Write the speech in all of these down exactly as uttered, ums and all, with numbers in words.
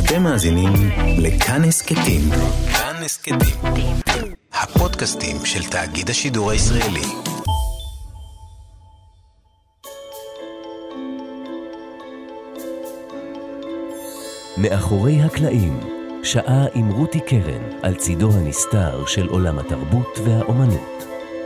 אתם מאזינים לכאן הסקטים. כאן הסקטים. הפודקאסטים של תאגיד השידור הישראלי. מאחורי הקלעים, שעה עם רותי קרן על צידו הנסתר של עולם התרבות והאומנות.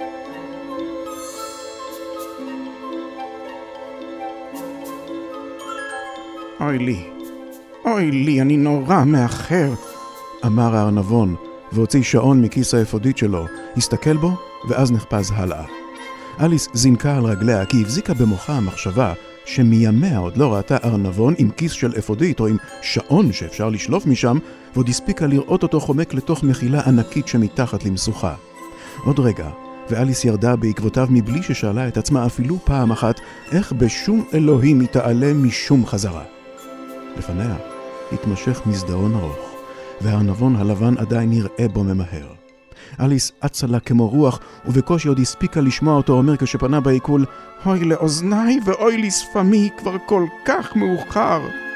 אוי לי, אוי לי, אני נורא מאחר, אמר הארנבון, והוציא שעון מכיס האפודית שלו, הסתכל בו, ואז נחפז הלאה. אליס זינקה על רגליה, כי הבזיקה במוחה המחשבה, שמימיה עוד לא ראתה ארנבון עם כיס של אפודית, או עם שעון שאפשר לשלוף משם, ועוד הספיקה לראות אותו חומק לתוך מחילה ענקית שמתחת למסוכה. עוד רגע, ואליס ירדה בעקבותיו מבלי ששאלה את עצמה אפילו פעם אחת, איך בשום אלוהים היא תעלה משום חזרה. לפניה התמשך מסדרון ארוך, והארנבון הלבן עדיין נראה בו ממהר. אליס אצה לה כמו רוח, ובקושי עוד הספיקה לשמוע אותו אומר כשפנה בעיכול, אוי לאוזניי ואוי לשפמי, כבר כל כך מאוחר.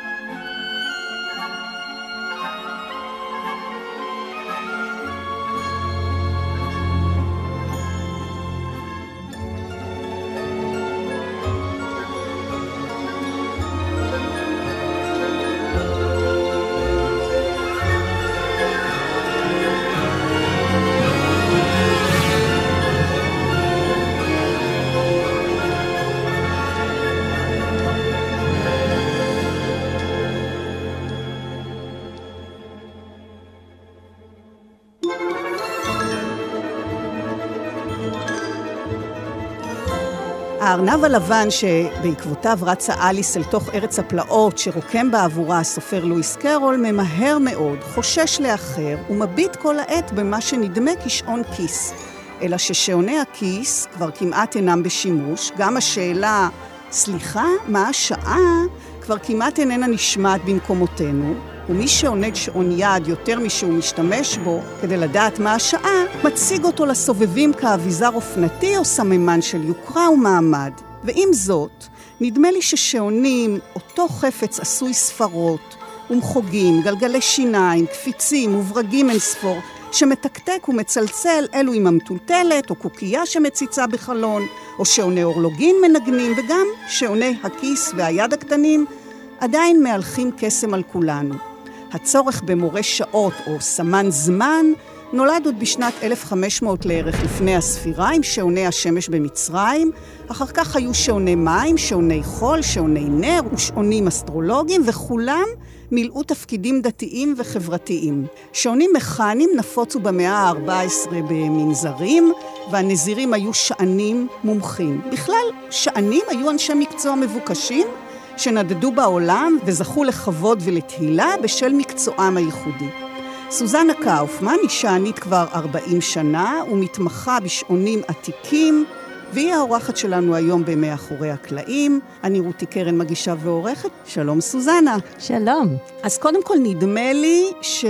הארנב הלבן שבעקבותיו רצה אליס אל תוך ארץ הפלאות שרוקם בעבורה הסופר לואיס קרול ממהר מאוד, חושש לאחר ומביט כל העת במה שנדמה כשעון כיס. אלא ששעוני הכיס כבר כמעט אינם בשימוש, גם השאלה, סליחה, מה השעה, כבר כמעט איננה נשמעת במקומותינו, ומי שעונד שעון יד יותר משהוא משתמש בו כדי לדעת מה השעה, מציג אותו לסובבים כאביזר אופנתי או סממן של יוקרה ומעמד. ועם זאת, נדמה לי ששעונים, אותו חפץ עשוי ספרות, ומחוגים, גלגלי שיניים, קפיצים וברגים אין ספור, שמתקתק ומצלצל אלו עם המטולטלת או קוקייה שמציצה בחלון, או שעוני אורלוגין מנגנים, וגם שעוני הכיס והיד הקטנים, עדיין מהלכים קסם על כולנו. הצורך במורה שעות או סמן זמן נולד עוד בשנת אלף וחמש מאות לערך לפני הספירה עם שעוני השמש במצרים, אחר כך היו שעוני מים, שעוני חול, שעוני נר ושעונים אסטרולוגיים, וכולם מילאו תפקידים דתיים וחברתיים. שעונים מכניים נפוצו במאה ה-ארבע עשרה במנזרים, והנזירים היו שענים מומחים. בכלל, שענים היו אנשי מקצוע מבוקשים, שנדדו בעולם וזכו לכבוד ולתהילה בשל מקצועם הייחודי. סוזנה קאופמן היא שענית כבר ארבעים שנה ומתמחה בשעונים עתיקים, והיא האורחת שלנו היום במאחורי הקלעים. אני רותי קרן, מגישה ועורכת. שלום סוזנה. שלום. אז קודם כל נדמה לי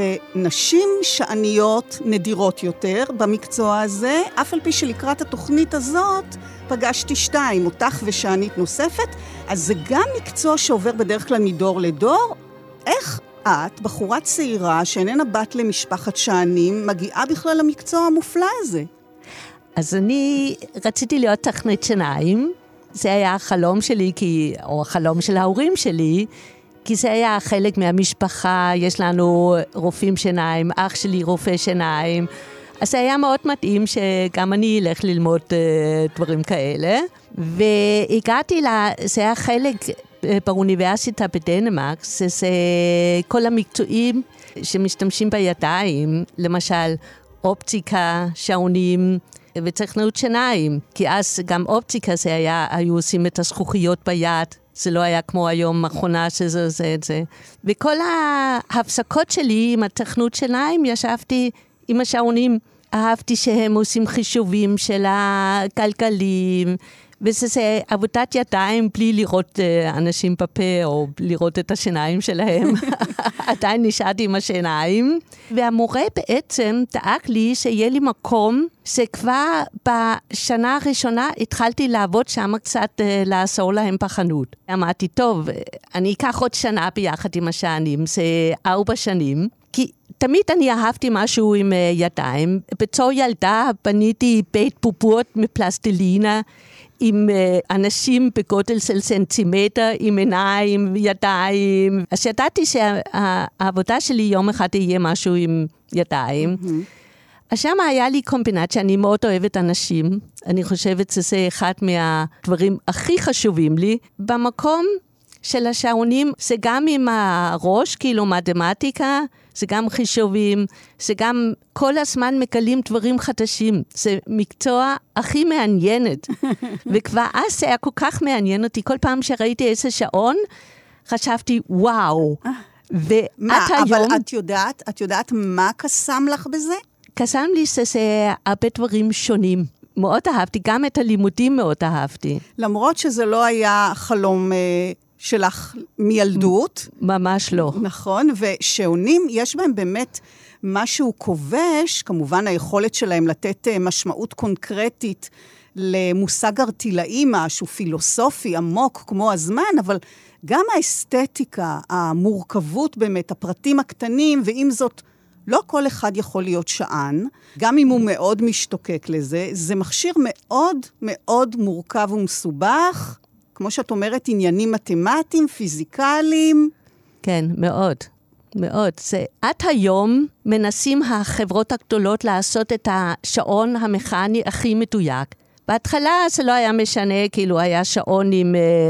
שנשים שעניות נדירות יותר במקצוע הזה, אף על פי שלקראת התוכנית הזאת פגשתי שתיים, אותך ושענית נוספת, אז זה גם מקצוע שעובר בדרך כלל מדור לדור. איך את, בחורה צעירה שאיננה בת למשפחת שענים, מגיעה בכלל למקצוע המופלא הזה? אז אני רציתי להיות טכנית שיניים, זה היה החלום שלי, כי, או החלום של ההורים שלי, כי זה היה חלק מהמשפחה, יש לנו רופאים שיניים, אח שלי רופא שיניים, אז זה היה מאוד מתאים שגם אני אלך ללמוד uh, דברים כאלה, והגעתי לה, זה היה חלק באוניברסיטה בדנמרק, זה, זה כל המקצועים שמשתמשים בידיים, למשל אופטיקה, שעונים וטכנאות שיניים, כי אז גם אופטיקה זה היה, היו עושים את הזכוכיות ביד, זה לא היה כמו היום מכונה שזה זה את זה. וכל ההפסקות שלי עם הטכנאות שיניים ישבתי עם השעונים, אהבתי שהם עושים חישובים של הגלגלים, וזה זה עבודת ידיים בלי לראות uh, אנשים בפה או לראות את השיניים שלהם. עדיין נשארתי עם השיניים. והמורה בעצם דאג לי שיהיה לי מקום שכבר בשנה הראשונה התחלתי לעבוד שם קצת uh, לעזור להם בחנות. אמרתי, טוב, אני אקח עוד שנה ביחד עם השענים, זה ארבע שנים. כי תמיד אני אהבתי משהו עם uh, ידיים. בתור ילדה בניתי בית בובות מפלסטלינה, עם uh, אנשים בגודל של סנטימטר, עם עיניים, ידיים. אז ידעתי שהעבודה שלי יום אחד יהיה משהו עם ידיים. Mm-hmm. אז שם היה לי קומבינציה, אני מאוד אוהבת אנשים. אני חושבת שזה אחד מהדברים הכי חשובים לי. במקום של השעונים, זה גם עם הראש, כאילו מתמטיקה, זה גם חישובים, זה גם כל הזמן מגלים דברים חדשים. זה מקצוע הכי מעניינת. וכבר אז זה היה כל כך מעניין אותי. כל פעם שראיתי איזה שעון, חשבתי, וואו. ואת מה, היום... אבל את יודעת, את יודעת מה קסם לך בזה? קסם לי שזה הרבה דברים שונים. מאוד אהבתי, גם את הלימודים מאוד אהבתי. למרות שזה לא היה חלום אה, שלך מילדות. ממש לא. נכון, ושעונים יש בהם באמת משהו כובש, כמובן היכולת שלהם לתת אה, משמעות קונקרטית למושג ארטילאי, משהו פילוסופי עמוק כמו הזמן, אבל גם האסתטיקה, המורכבות באמת, הפרטים הקטנים, ועם זאת, לא כל אחד יכול להיות שען, גם אם הוא מאוד משתוקק לזה, זה מכשיר מאוד מאוד מורכב ומסובך, כמו שאת אומרת, עניינים מתמטיים, פיזיקליים. כן, מאוד, מאוד. זה, עד היום מנסים החברות הגדולות לעשות את השעון המכני הכי מדויק. בהתחלה זה לא היה משנה, כאילו היה שעון עם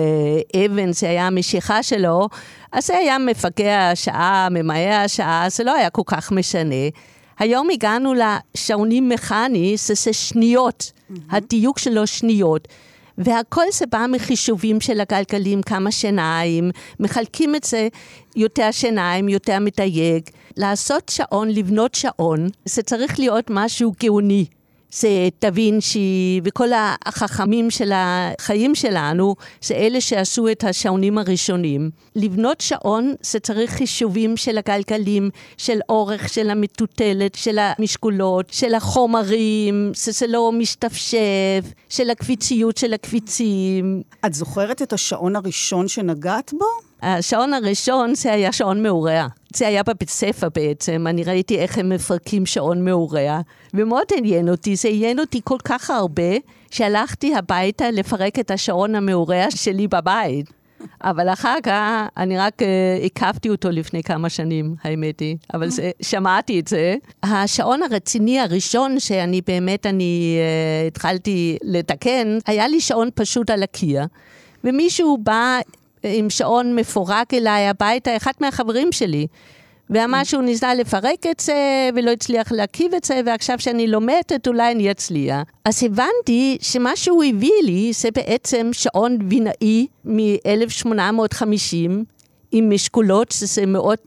אה, אבן, זה היה המשיכה שלו, אז זה היה מפגע השעה, ממהר השעה, זה לא היה כל כך משנה. היום הגענו לשעונים מכני, זה שניות, mm-hmm. הדיוק שלו שניות, והכל זה בא מחישובים של הגלגלים, כמה שיניים, מחלקים את זה יותר שיניים, יותר מדייק. לעשות שעון, לבנות שעון, זה צריך להיות משהו גאוני. זה דה וינצ'י וכל החכמים של החיים שלנו, זה אלה שעשו את השעונים הראשונים. לבנות שעון זה צריך חישובים של הגלגלים, של אורך, של המטוטלת, של המשקולות, של החומרים, שזה לא משתפשף, של הקביציות של הקביצים. את זוכרת את השעון הראשון שנגעת בו? השעון הראשון זה היה שעון מעורע. זה היה בבית ספר בעצם, אני ראיתי איך הם מפרקים שעון מעורע, ומאוד עניין אותי, זה עניין אותי כל כך הרבה, שהלכתי הביתה לפרק את השעון המעורע שלי בבית. אבל אחר כך אני רק עקבתי אותו לפני כמה שנים, האמת היא, אבל זה, שמעתי את זה. השעון הרציני הראשון שאני באמת, אני uh, התחלתי לתקן, היה לי שעון פשוט על הקיר, ומישהו בא עם שעון מפורק אליי הביתה, אחד מהחברים שלי, ואמר שהוא ניסה לפרק את זה, ולא הצליח להקיב את זה, ועכשיו שאני לומדת, אולי אני אצליח. אז הבנתי שמה שהוא הביא לי, זה בעצם שעון וינאי מ-אלף שמונה מאות וחמישים, עם משקולות, שזה מאוד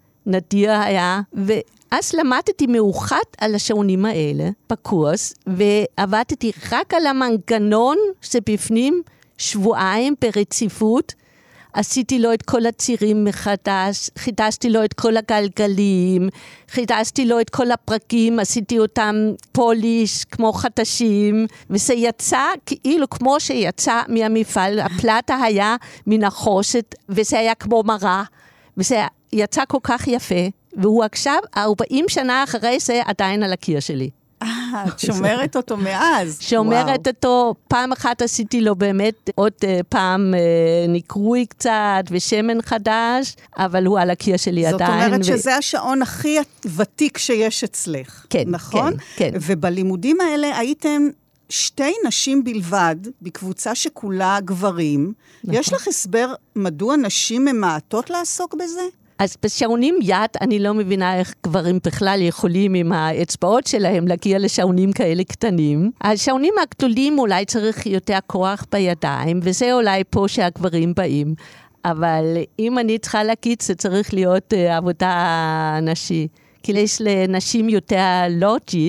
נדיר היה, ואז למדתי מאוחד על השעונים האלה, בקורס, ועבדתי רק על המנגנון שבפנים, שבועיים ברציפות, עשיתי לו את כל הצירים מחדש, חידשתי לו את כל הגלגלים, חידשתי לו את כל הפרקים, עשיתי אותם פוליש כמו חדשים, וזה יצא כאילו כמו שיצא מהמפעל, הפלטה היה מן החושת, וזה היה כמו מראה, וזה יצא כל כך יפה, והוא עכשיו, ארבעים שנה אחרי זה, עדיין על הקיר שלי. אה, את שומרת אותו מאז. שומרת אותו, פעם אחת עשיתי לו באמת עוד פעם נקרוי קצת ושמן חדש, אבל הוא על הקיר שלי זאת עדיין. זאת אומרת ו... שזה השעון הכי ותיק שיש אצלך. כן, נכון? כן, כן. ובלימודים האלה הייתם שתי נשים בלבד, בקבוצה שכולה גברים. נכון. יש לך הסבר מדוע נשים ממעטות לעסוק בזה? אז בשעונים יד, אני לא מבינה איך גברים בכלל יכולים עם האצבעות שלהם להגיע לשעונים כאלה קטנים. השעונים הגדולים אולי צריך יותר כוח בידיים, וזה אולי פה שהגברים באים. אבל אם אני צריכה להגיד, זה צריך להיות עבודה נשי. כי יש לנשים יותר לוג'ית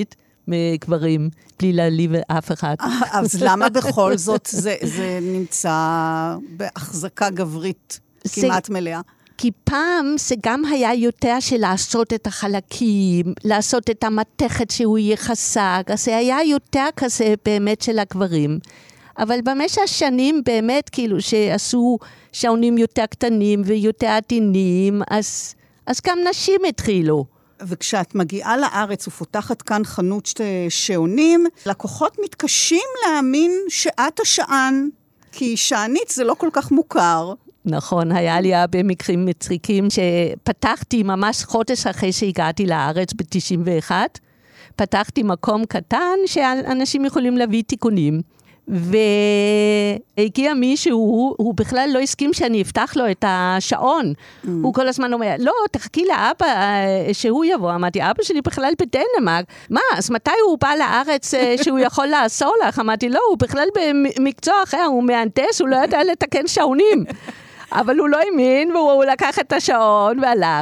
מקברים, בלי להעליב אף אחד. אז למה בכל זאת זה, זה נמצא בהחזקה גברית כמעט זה... מלאה? כי פעם זה גם היה יותר של לעשות את החלקים, לעשות את המתכת שהוא יהיה חזק, אז זה היה יותר כזה באמת של הגברים. אבל במשך השנים באמת כאילו שעשו שעונים יותר קטנים ויותר עדינים, אז, אז גם נשים התחילו. וכשאת מגיעה לארץ ופותחת כאן חנות שעונים, לקוחות מתקשים להאמין שאת השען, כי שענית זה לא כל כך מוכר. נכון, היה לי הרבה מקרים מצחיקים שפתחתי ממש חודש אחרי שהגעתי לארץ ב-תשעים ואחת, פתחתי מקום קטן שאנשים יכולים להביא תיקונים. והגיע מישהו, הוא בכלל לא הסכים שאני אפתח לו את השעון. Mm. הוא כל הזמן אומר, לא, תחכי לאבא שהוא יבוא. אמרתי, אבא שלי בכלל בדנמרק. מה, אז מתי הוא בא לארץ שהוא יכול לעזור לך? אמרתי, לא, הוא בכלל במקצוע אחר, הוא מהנדס, הוא לא יודע לתקן שעונים. אבל הוא לא האמין, והוא לקח את השעון והלך.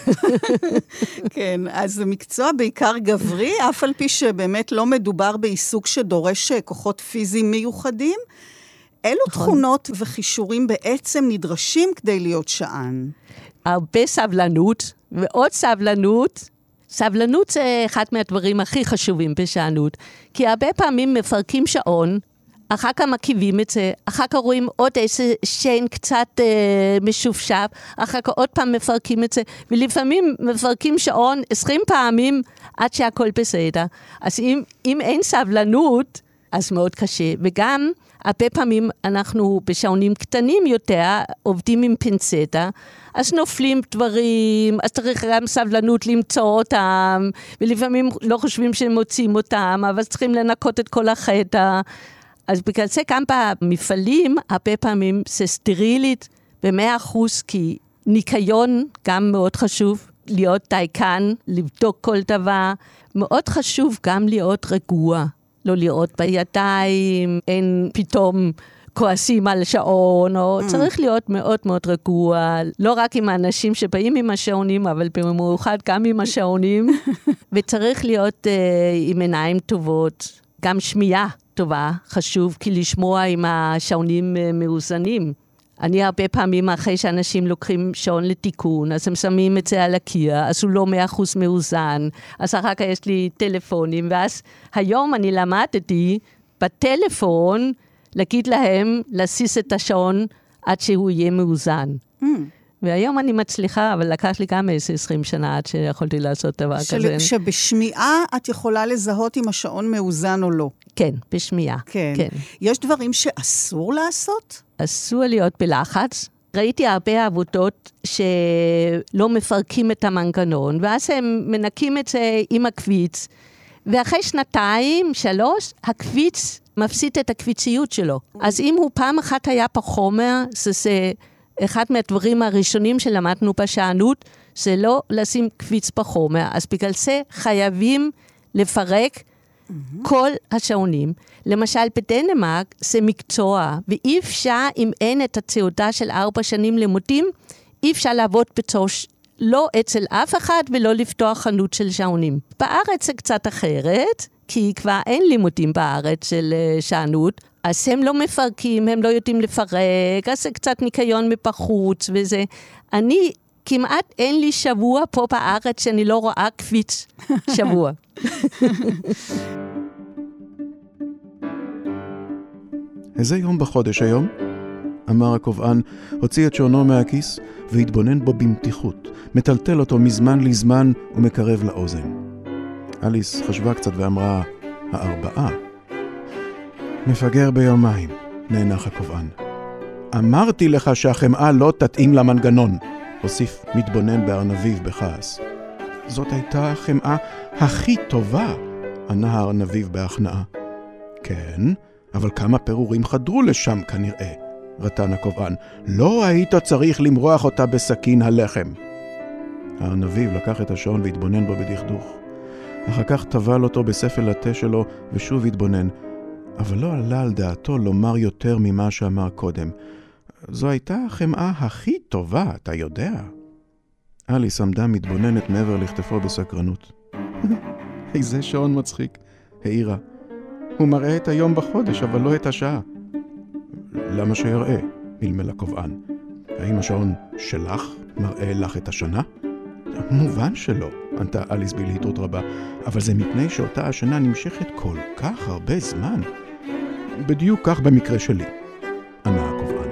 כן, אז זה מקצוע בעיקר גברי, אף על פי שבאמת לא מדובר בעיסוק שדורש כוחות פיזיים מיוחדים. אילו תכונות וחישורים בעצם נדרשים כדי להיות שען? הרבה סבלנות, ועוד סבלנות. סבלנות זה אחד מהדברים הכי חשובים בשענות, כי הרבה פעמים מפרקים שעון, אחר כך מקיבים את זה, אחר כך רואים עוד איזה שיין קצת אה, משופשף, אחר כך עוד פעם מפרקים את זה, ולפעמים מפרקים שעון עשרים פעמים עד שהכל בסדר. אז אם, אם אין סבלנות, אז מאוד קשה. וגם הרבה פעמים אנחנו בשעונים קטנים יותר, עובדים עם פינצטה, אז נופלים דברים, אז צריך גם סבלנות למצוא אותם, ולפעמים לא חושבים שהם מוצאים אותם, אבל צריכים לנקות את כל החטא. אז בגלל זה גם במפעלים, הרבה פעמים זה סטרילית במאה אחוז, כי ניקיון גם מאוד חשוב, להיות דייקן, לבדוק כל דבר. מאוד חשוב גם להיות רגוע, לא להיות בידיים, אין פתאום כועסים על שעון, או mm. צריך להיות מאוד מאוד רגוע, לא רק עם האנשים שבאים עם השעונים, אבל במיוחד גם עם השעונים, וצריך להיות uh, עם עיניים טובות, גם שמיעה. טובה, חשוב, כי לשמוע עם השעונים מאוזנים. אני הרבה פעמים אחרי שאנשים לוקחים שעון לתיקון, אז הם שמים את זה על הקיר, אז הוא לא מאה אחוז מאוזן, אז אחר כך יש לי טלפונים, ואז היום אני למדתי בטלפון להגיד להם להסיס את השעון עד שהוא יהיה מאוזן. Mm. והיום אני מצליחה, אבל לקח לי גם איזה עשרים שנה עד שיכולתי לעשות דבר של... כזה. שבשמיעה את יכולה לזהות אם השעון מאוזן או לא. כן, בשמיעה. כן. כן. יש דברים שאסור לעשות? אסור להיות בלחץ. ראיתי הרבה עבודות שלא מפרקים את המנגנון, ואז הם מנקים את זה עם הקוויץ, ואחרי שנתיים, שלוש, הקוויץ מפסיד את הקוויציות שלו. אז אם הוא פעם אחת היה בחומר, זה זה... אחד מהדברים הראשונים שלמדנו בשענות, זה לא לשים קוויץ בחומר. אז בגלל זה חייבים לפרק mm-hmm. כל השעונים. למשל, בדנמרק זה מקצוע, ואי אפשר, אם אין את התעודה של ארבע שנים לימודים, אי אפשר לעבוד בתור, לא אצל אף אחד ולא לפתוח חנות של שעונים. בארץ זה קצת אחרת, כי כבר אין לימודים בארץ של שענות, אז הם לא מפרקים, הם לא יודעים לפרק, אז זה קצת ניקיון מבחוץ וזה. אני, כמעט אין לי שבוע פה בארץ שאני לא רואה קוויץ שבוע. איזה יום בחודש היום? אמר הקובען, הוציא את שעונו מהכיס והתבונן בו במתיחות, מטלטל אותו מזמן לזמן ומקרב לאוזן. אליס חשבה קצת ואמרה, הארבעה. מפגר ביומיים, נאנח הקובען. אמרתי לך שהחמאה לא תתאים למנגנון, הוסיף מתבונן בארנביב בכעס. זאת הייתה החמאה הכי טובה, ענה הארנביב בהכנעה. כן, אבל כמה פירורים חדרו לשם כנראה, רטן הקובען. לא היית צריך למרוח אותה בסכין הלחם. הארנביב לקח את השעון והתבונן בו בדכדוך. אחר כך טבל אותו בספל התה שלו ושוב התבונן. אבל לא עלה על דעתו לומר יותר ממה שאמר קודם. זו הייתה החמאה הכי טובה, אתה יודע. אליס עמדה מתבוננת מעבר לכתפו בסקרנות. איזה שעון מצחיק. העירה. הוא מראה את היום בחודש, אבל לא את השעה. למה שיראה? מלמל הקובען. האם השעון שלך מראה לך את השנה? מובן שלא, ענתה אליס בלהיטות רבה, אבל זה מפני שאותה השנה נמשכת כל כך הרבה זמן. בדיוק כך במקרה שלי, ענה הקובען.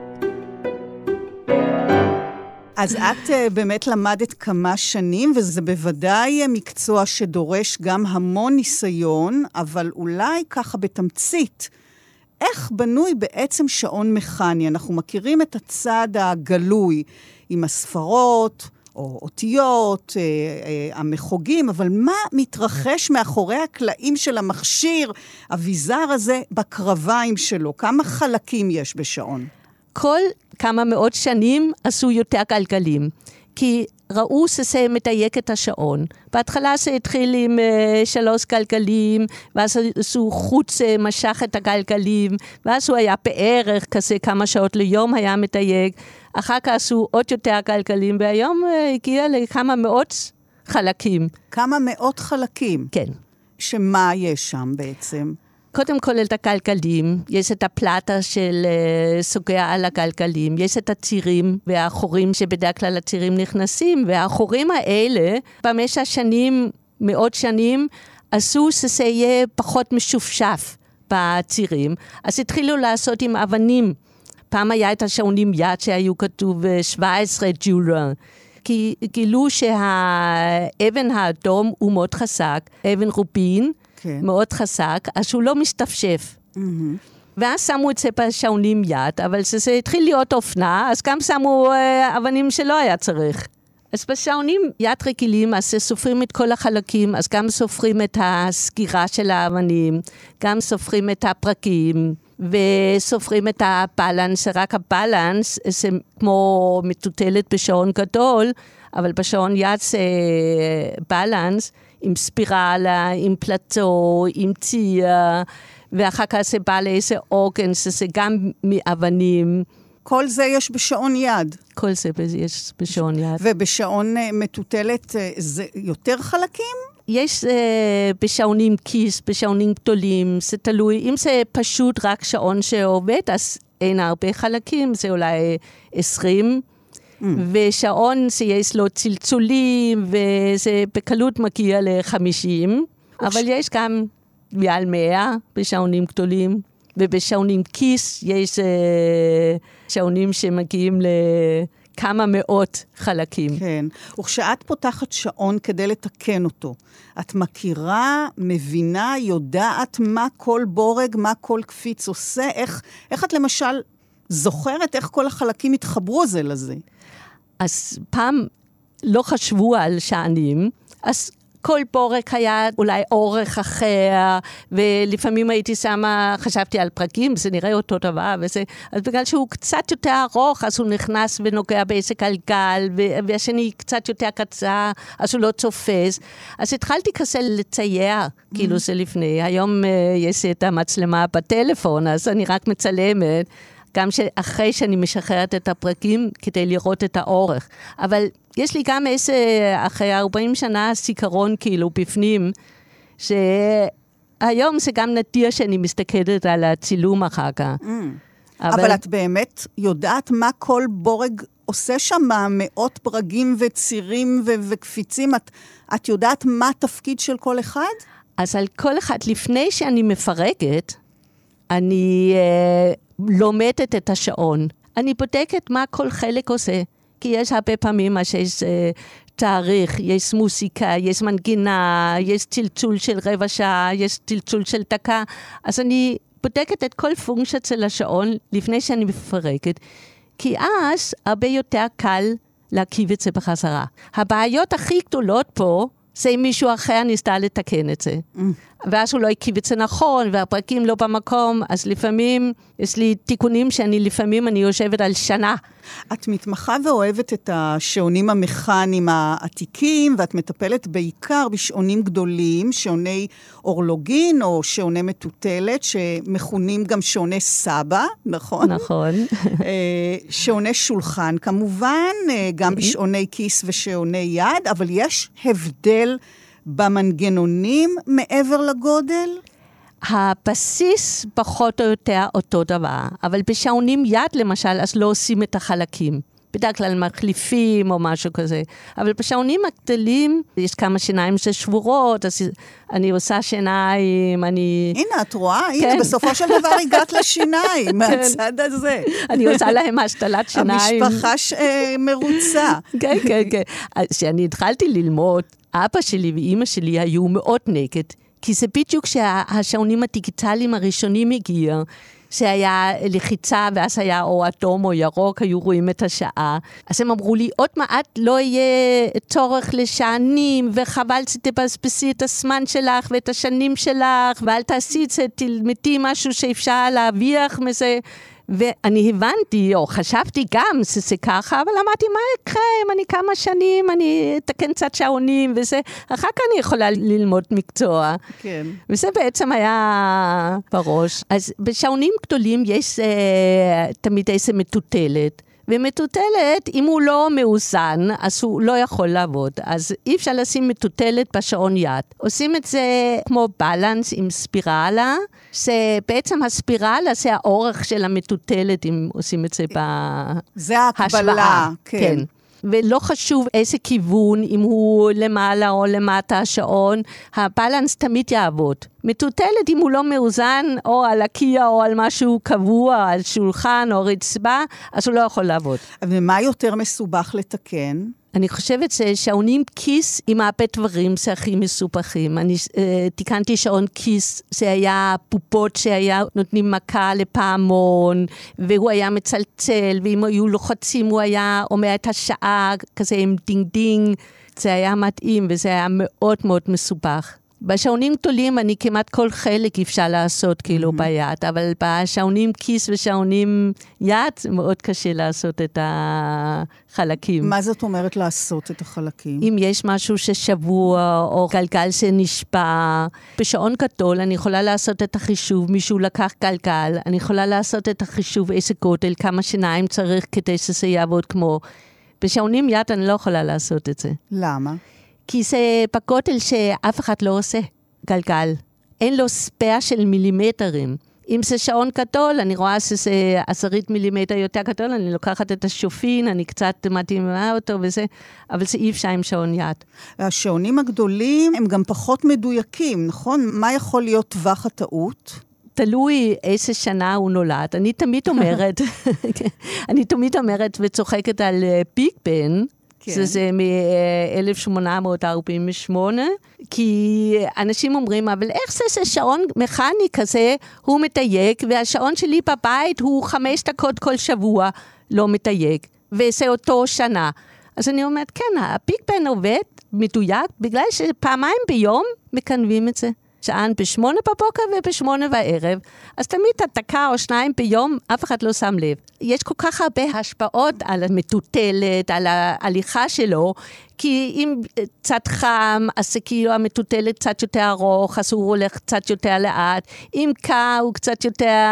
אז את uh, באמת למדת כמה שנים, וזה בוודאי מקצוע שדורש גם המון ניסיון, אבל אולי ככה בתמצית, איך בנוי בעצם שעון מכני? אנחנו מכירים את הצד הגלוי עם הספרות, או אותיות, אה, אה, המחוגים, אבל מה מתרחש מאחורי הקלעים של המכשיר, הוויזר הזה, בקרביים שלו? כמה חלקים יש בשעון? כל כמה מאות שנים עשו יותר גלגלים, כי ראו שזה מדייק את השעון. בהתחלה זה התחיל עם uh, שלוש גלגלים, ואז עשו חוץ uh, משך את הגלגלים, ואז הוא היה בערך כזה כמה שעות ליום היה מדייק. אחר כך עשו עוד יותר גלגלים, והיום uh, הגיע לכמה מאות חלקים. כמה מאות חלקים? כן. שמה יש שם בעצם? קודם כל את הגלגלים, יש את הפלטה של uh, סוגיה על הגלגלים, יש את הצירים והחורים שבדרך כלל הצירים נכנסים, והחורים האלה במשך שנים, מאות שנים, עשו שזה יהיה פחות משופשף בצירים, אז התחילו לעשות עם אבנים. פעם היה את השעונים יד שהיו כתוב שבע עשרה ג'ולר, כי גילו שהאבן האדום הוא מאוד חזק, אבן רובין, כן. מאוד חזק, אז שהוא לא משתפשף. Mm-hmm. ואז שמו את זה בשעונים יד, אבל זה התחיל להיות אופנה, אז גם שמו אה, אבנים שלא היה צריך. אז בשעונים יד רגילים, אז סופרים את כל החלקים, אז גם סופרים את הסגירה של האבנים, גם סופרים את הפרקים, וסופרים את הבלנס, רק הבלנס זה כמו מטוטלת בשעון גדול, אבל בשעון יד זה בלנס, עם ספירלה, עם פלטו, עם ציה, ואחר כך זה בא לאיזה אורגן, זה גם מאבנים. כל זה יש בשעון יד. כל זה יש בשעון יד. ובשעון מטוטלת זה יותר חלקים? יש uh, בשעונים כיס, בשעונים גדולים, זה תלוי. אם זה פשוט רק שעון שעובד, אז אין הרבה חלקים, זה אולי עשרים. Mm. ושעון שיש לו צלצולים, וזה בקלות מגיע ל-חמישים, אבל יש גם מעל מאה בשעונים גדולים, ובשעונים כיס יש uh, שעונים שמגיעים לכמה מאות חלקים. כן, וכשאת פותחת שעון כדי לתקן אותו, את מכירה, מבינה, יודעת מה כל בורג, מה כל קפיץ עושה, איך, איך את למשל זוכרת איך כל החלקים התחברו זה לזה? אז פעם לא חשבו על שענים, אז כל בורג היה אולי אורך אחר, ולפעמים הייתי שמה, חשבתי על פרקים, זה נראה אותו דבר, וזה, אז בגלל שהוא קצת יותר ארוך, אז הוא נכנס ונוגע באיזה גלגל, והשני קצת יותר קצר, אז הוא לא תופס. אז התחלתי כזה לצייר, mm-hmm. כאילו זה לפני. היום uh, יש את המצלמה בטלפון, אז אני רק מצלמת, גם אחרי שאני משחררת את הפרקים, כדי לראות את האורך. אבל יש לי גם איזה, אחרי ארבעים שנה, זיכרון כאילו בפנים, שהיום זה גם נדיר שאני מסתכלת על הצילום אחר כך. Mm. אבל... אבל את באמת יודעת מה כל בורג עושה שם, מאות ברגים וצירים ו- וקפיצים, את, את יודעת מה התפקיד של כל אחד? אז על כל אחד, לפני שאני מפרקת, אני אה, לומדת את השעון. אני בודקת מה כל חלק עושה. כי יש הרבה פעמים שיש אה, תאריך, יש מוסיקה, יש מנגינה, יש צלצול של רבע שעה, יש צלצול של דקה. אז אני בודקת את כל פונקציה של השעון לפני שאני מפרקת. כי אז הרבה יותר קל להרכיב את זה בחזרה. הבעיות הכי גדולות פה, זה אם מישהו אחר ניסה לתקן את זה. Mm. ואז הוא לא הקיב את זה נכון, והפרקים לא במקום, אז לפעמים, יש לי תיקונים שאני לפעמים אני יושבת על שנה. את מתמחה ואוהבת את השעונים המכניים העתיקים, ואת מטפלת בעיקר בשעונים גדולים, שעוני אורלוגין או שעוני מטוטלת, שמכונים גם שעוני סבא, נכון? נכון. שעוני שולחן כמובן, גם בשעוני כיס ושעוני יד, אבל יש הבדל במנגנונים מעבר לגודל? הבסיס פחות או יותר אותו דבר, אבל בשעונים יד למשל, אז לא עושים את החלקים. בדרך כלל מחליפים או משהו כזה. אבל בשעונים הגדולים, יש כמה שיניים ששבורות, אז אני עושה שיניים, אני... הנה, את רואה? הנה, בסופו של דבר הגעת לשיניים, מהצד הזה. אני עושה להם השתלת שיניים. המשפחה מרוצה. כן, כן, כן. כשאני התחלתי ללמוד, אבא שלי ואימא שלי היו מאוד נגד, כי זה בדיוק שהשעונים הדיגיטליים הראשונים הגיעו, שהיה לחיצה, ואז היה או אדום או ירוק, היו רואים את השעה. אז הם אמרו לי, עוד מעט לא יהיה צורך לשענים, וחבל שתבזבזי את הזמן שלך ואת השנים שלך, ואל תעשי את זה, תלמדי משהו שאפשר להרוויח מזה. ואני הבנתי, או חשבתי גם שזה ככה, אבל אמרתי, מה יקרה אם אני כמה שנים, אני אתקן קצת שעונים, וזה, אחר כך אני יכולה ללמוד מקצוע. כן. וזה בעצם היה בראש. אז בשעונים גדולים יש אה, תמיד איזה מטוטלת, ומטוטלת, אם הוא לא מאוזן, אז הוא לא יכול לעבוד. אז אי אפשר לשים מטוטלת בשעון יד. עושים את זה כמו בלנס עם ספירלה, שבעצם הספירלה זה האורך של המטוטלת, אם עושים את זה בהשוואה. זה ההקבלה, כן. כן. ולא חשוב איזה כיוון, אם הוא למעלה או למטה השעון, הבלנס תמיד יעבוד. מטוטלת אם הוא לא מאוזן, או על הקיה או על משהו קבוע, על שולחן או רצפה, אז הוא לא יכול לעבוד. ומה יותר מסובך לתקן? אני חושבת ששעונים כיס עם הרבה דברים זה הכי מסובכים. אני אה, תיקנתי שעון כיס, זה היה פופות שהיה נותנים מכה לפעמון, והוא היה מצלצל, ואם היו לוחצים הוא היה אומר את השעה כזה עם דינג דינג, זה היה מתאים וזה היה מאוד מאוד מסובך. בשעונים גדולים אני כמעט כל חלק אפשר לעשות כאילו mm-hmm. ביד, אבל בשעונים כיס ושעונים יד זה מאוד קשה לעשות את החלקים. מה זאת אומרת לעשות את החלקים? אם יש משהו ששבוע או גלגל שנשפע, בשעון גדול אני יכולה לעשות את החישוב, מישהו לקח גלגל, אני יכולה לעשות את החישוב איזה גודל, כמה שיניים צריך כדי שזה יעבוד כמו. בשעונים יד אני לא יכולה לעשות את זה. למה? כי זה בגודל שאף אחד לא עושה גלגל. אין לו ספר של מילימטרים. אם זה שעון גדול, אני רואה שזה עשרית מילימטר יותר גדול, אני לוקחת את השופין, אני קצת מתאימה אותו וזה, אבל זה אי אפשר עם שעון יד. השעונים הגדולים הם גם פחות מדויקים, נכון? מה יכול להיות טווח הטעות? תלוי איזה שנה הוא נולד. אני תמיד אומרת, אני תמיד אומרת וצוחקת על ביג בן, כן. זה, זה מ-אלף שמונה מאות ארבעים ושמונה, כי אנשים אומרים, אבל איך זה ששעון מכני כזה, הוא מתייק, והשעון שלי בבית הוא חמש דקות כל שבוע לא מתייק, וזה אותו שנה. אז אני אומרת, כן, הביג בן עובד מדויק, בגלל שפעמיים ביום מקנבים את זה. שען בשמונה בבוקר ובשמונה בערב, אז תמיד הדקה או שניים ביום, אף אחד לא שם לב. יש כל כך הרבה השפעות על המטוטלת, על ההליכה שלו, כי אם קצת חם, אז כאילו המטוטלת קצת יותר ארוך, אז הוא הולך קצת יותר לאט, אם קר הוא קצת יותר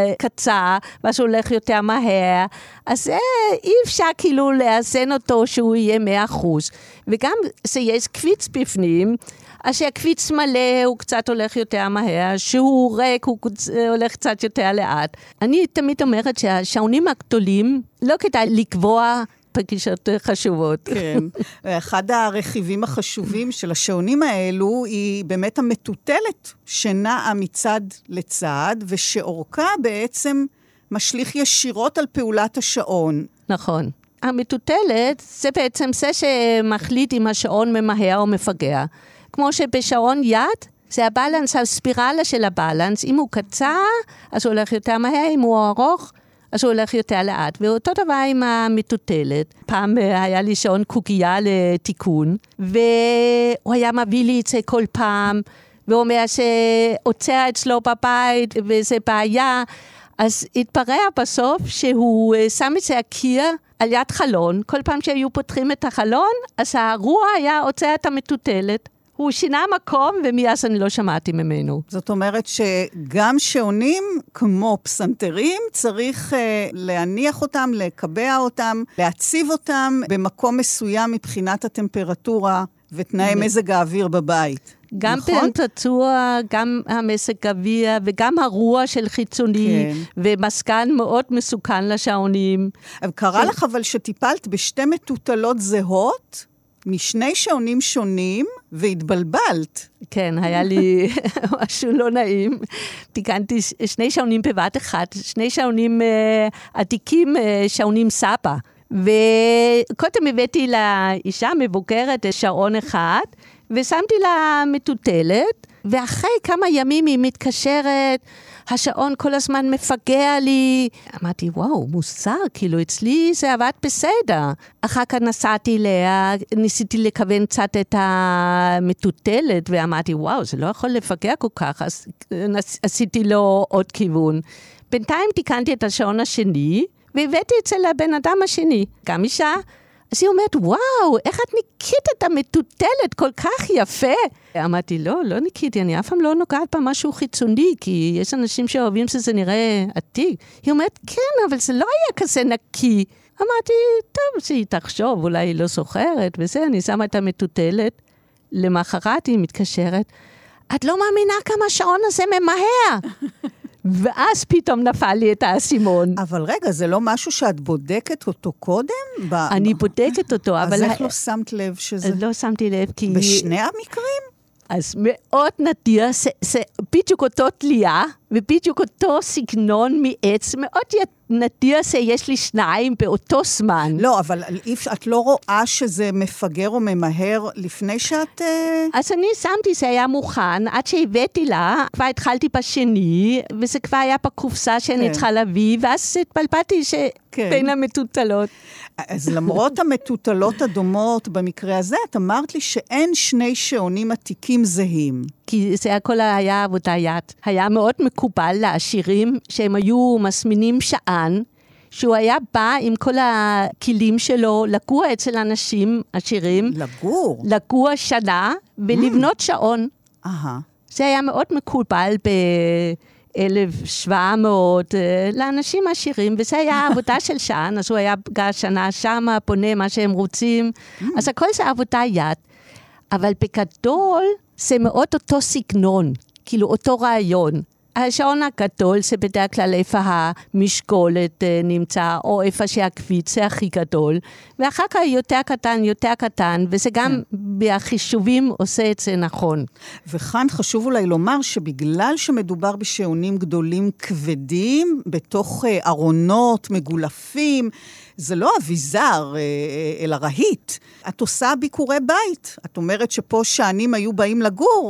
קצר, ואז הוא הולך יותר מהר, אז אי אפשר כאילו לאזן אותו שהוא יהיה מאה אחוז. וגם שיש קפיץ בפנים, אז שהקפיץ מלא הוא קצת הולך יותר מהר, שהוא ריק הוא הולך קצת יותר לאט. אני תמיד אומרת שהשעונים הגדולים לא כדאי לקבוע פגישות חשובות. כן, ואחד הרכיבים החשובים של השעונים האלו היא באמת המטוטלת שנעה מצד לצד, ושאורכה בעצם משליך ישירות על פעולת השעון. נכון. המטוטלת זה בעצם זה שמחליט אם השעון ממהר או מפגע. כמו שבשעון יד, זה הבלנס, הספירלה של הבלנס. אם הוא קצר, אז הוא הולך יותר מהר, אם הוא ארוך, אז הוא הולך יותר לאט. ואותו דבר עם המטוטלת. פעם היה לי שעון קוקייה לתיקון, והוא היה מביא לי את זה כל פעם, והוא אומר שעוצר אצלו בבית, וזה בעיה. אז התברר בסוף שהוא שם את זה הקיר על יד חלון. כל פעם שהיו פותחים את החלון, אז הרוע היה עוצר את המטוטלת. הוא שינה מקום, ומאז אני לא שמעתי ממנו. זאת אומרת שגם שעונים, כמו פסנתרים, צריך uh, להניח אותם, לקבע אותם, להציב אותם במקום מסוים מבחינת הטמפרטורה ותנאי מזג האוויר בבית. גם נכון? טמפרטורה, גם המזג האוויר, וגם הרוע של חיצוני, כן. ומסקן מאוד מסוכן לשעונים. קרה לך אבל שטיפלת בשתי מטוטלות זהות, משני שעונים שונים, והתבלבלת. כן, היה לי משהו לא נעים. תיקנתי שני שעונים בבת אחת, שני שעונים אה, עתיקים, אה, שעונים סבא. וקודם הבאתי לאישה מבוגרת שעון אחד, ושמתי לה מטוטלת, ואחרי כמה ימים היא מתקשרת, השעון כל הזמן מפגע לי. אמרתי, וואו, מוסר, כאילו אצלי זה עבד בסדר. אחר כך נסעתי אליה, ניסיתי לכוון קצת את המטוטלת, ואמרתי, וואו, זה לא יכול לפגע כל כך, אז עשיתי לו עוד כיוון. בינתיים תיקנתי את השעון השני, והבאתי אצל הבן אדם השני, גם אישה. אז היא אומרת, וואו, איך את ניקית את המטוטלת כל כך יפה? אמרתי, לא, לא ניקיתי, אני אף פעם לא נוגעת במשהו חיצוני, כי יש אנשים שאוהבים שזה נראה עתיק. היא אומרת, כן, אבל זה לא היה כזה נקי. אמרתי, טוב, שהיא תחשוב, אולי היא לא זוכרת, וזה, אני שמה את המטוטלת. למחרת היא מתקשרת, את לא מאמינה כמה השעון הזה ממהר. ואז פתאום נפל לי את האסימון. אבל רגע, זה לא משהו שאת בודקת אותו קודם? אני בודקת אותו, אבל... אז איך לא שמת לב שזה... לא שמתי לב, כי... בשני המקרים? אז מאוד נדיר, זה, זה בדיוק אותו תלייה, ובדיוק אותו סגנון מעץ, מאוד נדיר שיש לי שניים באותו זמן. לא, אבל את לא רואה שזה מפגר או ממהר לפני שאת... אז אני שמתי, זה היה מוכן, עד שהבאתי לה, כבר התחלתי בשני, וזה כבר היה בקופסה שאני צריכה להביא, ואז התבלבלתי שבין המטוטלות. אז למרות המטוטלות הדומות במקרה הזה, את אמרת לי שאין שני שעונים עתיקים זהים. כי זה הכל היה עבודה יד. היה מאוד מקובל לעשירים שהם היו מסמינים שען, שהוא היה בא עם כל הכלים שלו לגור אצל אנשים עשירים. לגור? לגור שנה ולבנות שעון. אהה. זה היה מאוד מקובל ב-אלף שבע מאות לאנשים עשירים, וזה היה עבודה של שען, אז הוא היה גר שנה שמה, פונה מה שהם רוצים. אז הכל זה עבודה יד. אבל בגדול זה מאוד אותו סגנון, כאילו אותו רעיון. השעון הגדול זה בדרך כלל איפה המשקולת נמצא, או איפה שהקפיץ זה הכי גדול, ואחר כך יותר קטן, יותר קטן, וזה גם בחישובים עושה את זה נכון. וכאן חשוב אולי לומר שבגלל שמדובר בשעונים גדולים כבדים, בתוך ארונות מגולפים, זה לא אביזר, אלא רהיט. את עושה ביקורי בית. את אומרת שפה שענים היו באים לגור.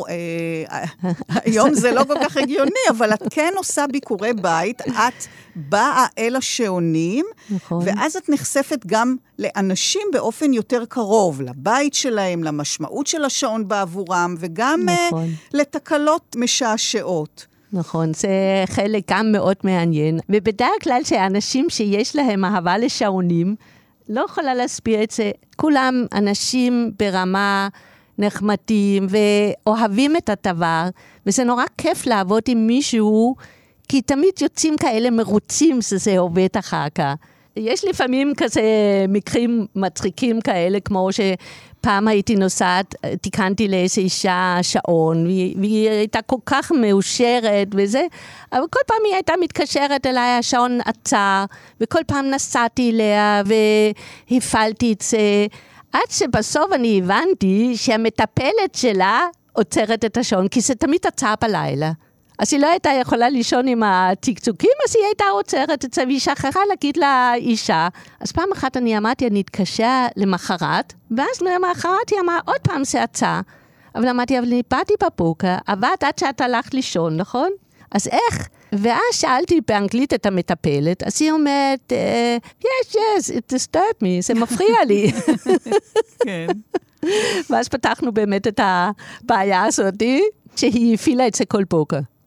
היום זה לא כל כך הגיוני, אבל את כן עושה ביקורי בית. את באה אל השעונים, נכון. ואז את נחשפת גם לאנשים באופן יותר קרוב, לבית שלהם, למשמעות של השעון בעבורם, וגם נכון. לתקלות משעשעות. נכון, זה חלק גם מאוד מעניין. ובדרך כלל שאנשים שיש להם אהבה לשעונים, לא יכולה להסביר את זה. כולם אנשים ברמה נחמדים ואוהבים את הדבר, וזה נורא כיף לעבוד עם מישהו, כי תמיד יוצאים כאלה מרוצים שזה עובד אחר כך. יש לפעמים כזה מקרים מצחיקים כאלה, כמו שפעם הייתי נוסעת, תיקנתי לאיזו אישה שעון, והיא, והיא הייתה כל כך מאושרת וזה, אבל כל פעם היא הייתה מתקשרת אליי, השעון עצר, וכל פעם נסעתי אליה והפעלתי את זה, עד שבסוף אני הבנתי שהמטפלת שלה עוצרת את השעון, כי זה תמיד עצר בלילה. אז היא לא הייתה יכולה לישון עם התקצוקים, אז היא הייתה עוצרת את זה, והיא שכחה להגיד לאישה. אז פעם אחת אני אמרתי, אני אתקשר למחרת, ואז למחרת היא אמרה, עוד פעם זה עצה. אבל אמרתי, אבל אני באתי בבוקר, עבד עד שאת הלכת לישון, נכון? אז איך? ואז שאלתי באנגלית את המטפלת, אז היא אומרת, yes, yes, it disturbed me, זה מפריע לי. כן. ואז פתחנו באמת את הבעיה הזאת, שהיא הפעילה את זה כל בוקר.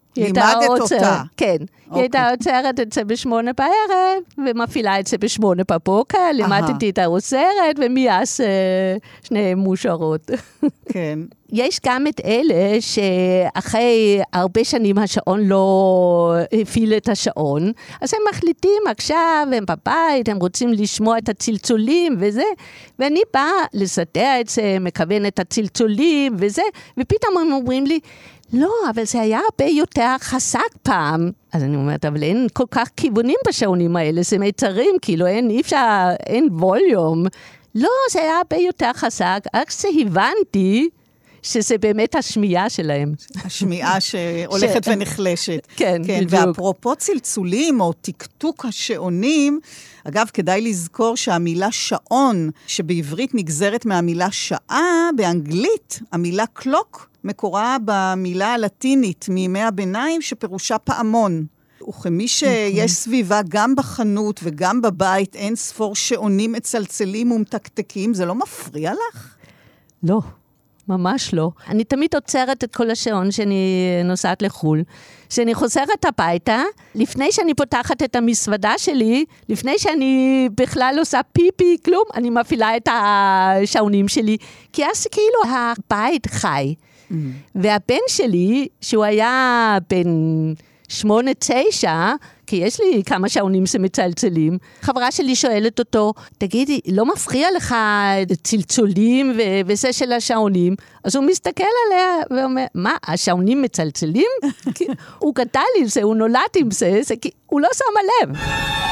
לימדת אותה. כן. היא הייתה עוצרת את זה בשמונה בערב, ומפעילה את זה בשמונה בבוקר, לימדתי את העוזרת, ומייס שניהם מושרות. כן. יש גם את אלה שאחרי הרבה שנים השעון לא הפעיל את השעון, אז הם מחליטים עכשיו, הם בבית, הם רוצים לשמוע את הצלצולים וזה, ואני באה לסדר את זה, מכוון את הצלצולים וזה, ופתאום הם אומרים לי, לא, אבל זה היה הרבה יותר חזק פעם. אז אני אומרת, אבל אין כל כך כיוונים בשעונים האלה, זה מיתרים, כאילו אין, אי אפשר, אין ווליום. לא, זה היה הרבה יותר חזק, רק שהבנתי שזה באמת השמיעה שלהם. השמיעה שהולכת ונחלשת. כן, כן, בדיוק. ואפרופו צלצולים או תקתוק השעונים, אגב, כדאי לזכור שהמילה שעון, שבעברית נגזרת מהמילה שעה, באנגלית, המילה קלוק, מקורה במילה הלטינית מימי הביניים שפירושה פעמון. וכמי שיש סביבה גם בחנות וגם בבית, אין ספור שעונים מצלצלים ומתקתקים, זה לא מפריע לך? לא, ממש לא. אני תמיד עוצרת את כל השעון שאני נוסעת לחול. כשאני חוזרת הביתה, לפני שאני פותחת את המסוודה שלי, לפני שאני בכלל עושה פיפי, כלום, אני מפעילה את השעונים שלי, כי אז כאילו הבית חי. Mm. והבן שלי, שהוא היה בן שמונה, תשע, כי יש לי כמה שעונים שמצלצלים, חברה שלי שואלת אותו, תגידי, לא מפריע לך צלצולים ו- וזה של השעונים? אז הוא מסתכל עליה ואומר, מה, השעונים מצלצלים? הוא גדל עם זה, הוא נולד עם זה, זה כי הוא לא שם לב.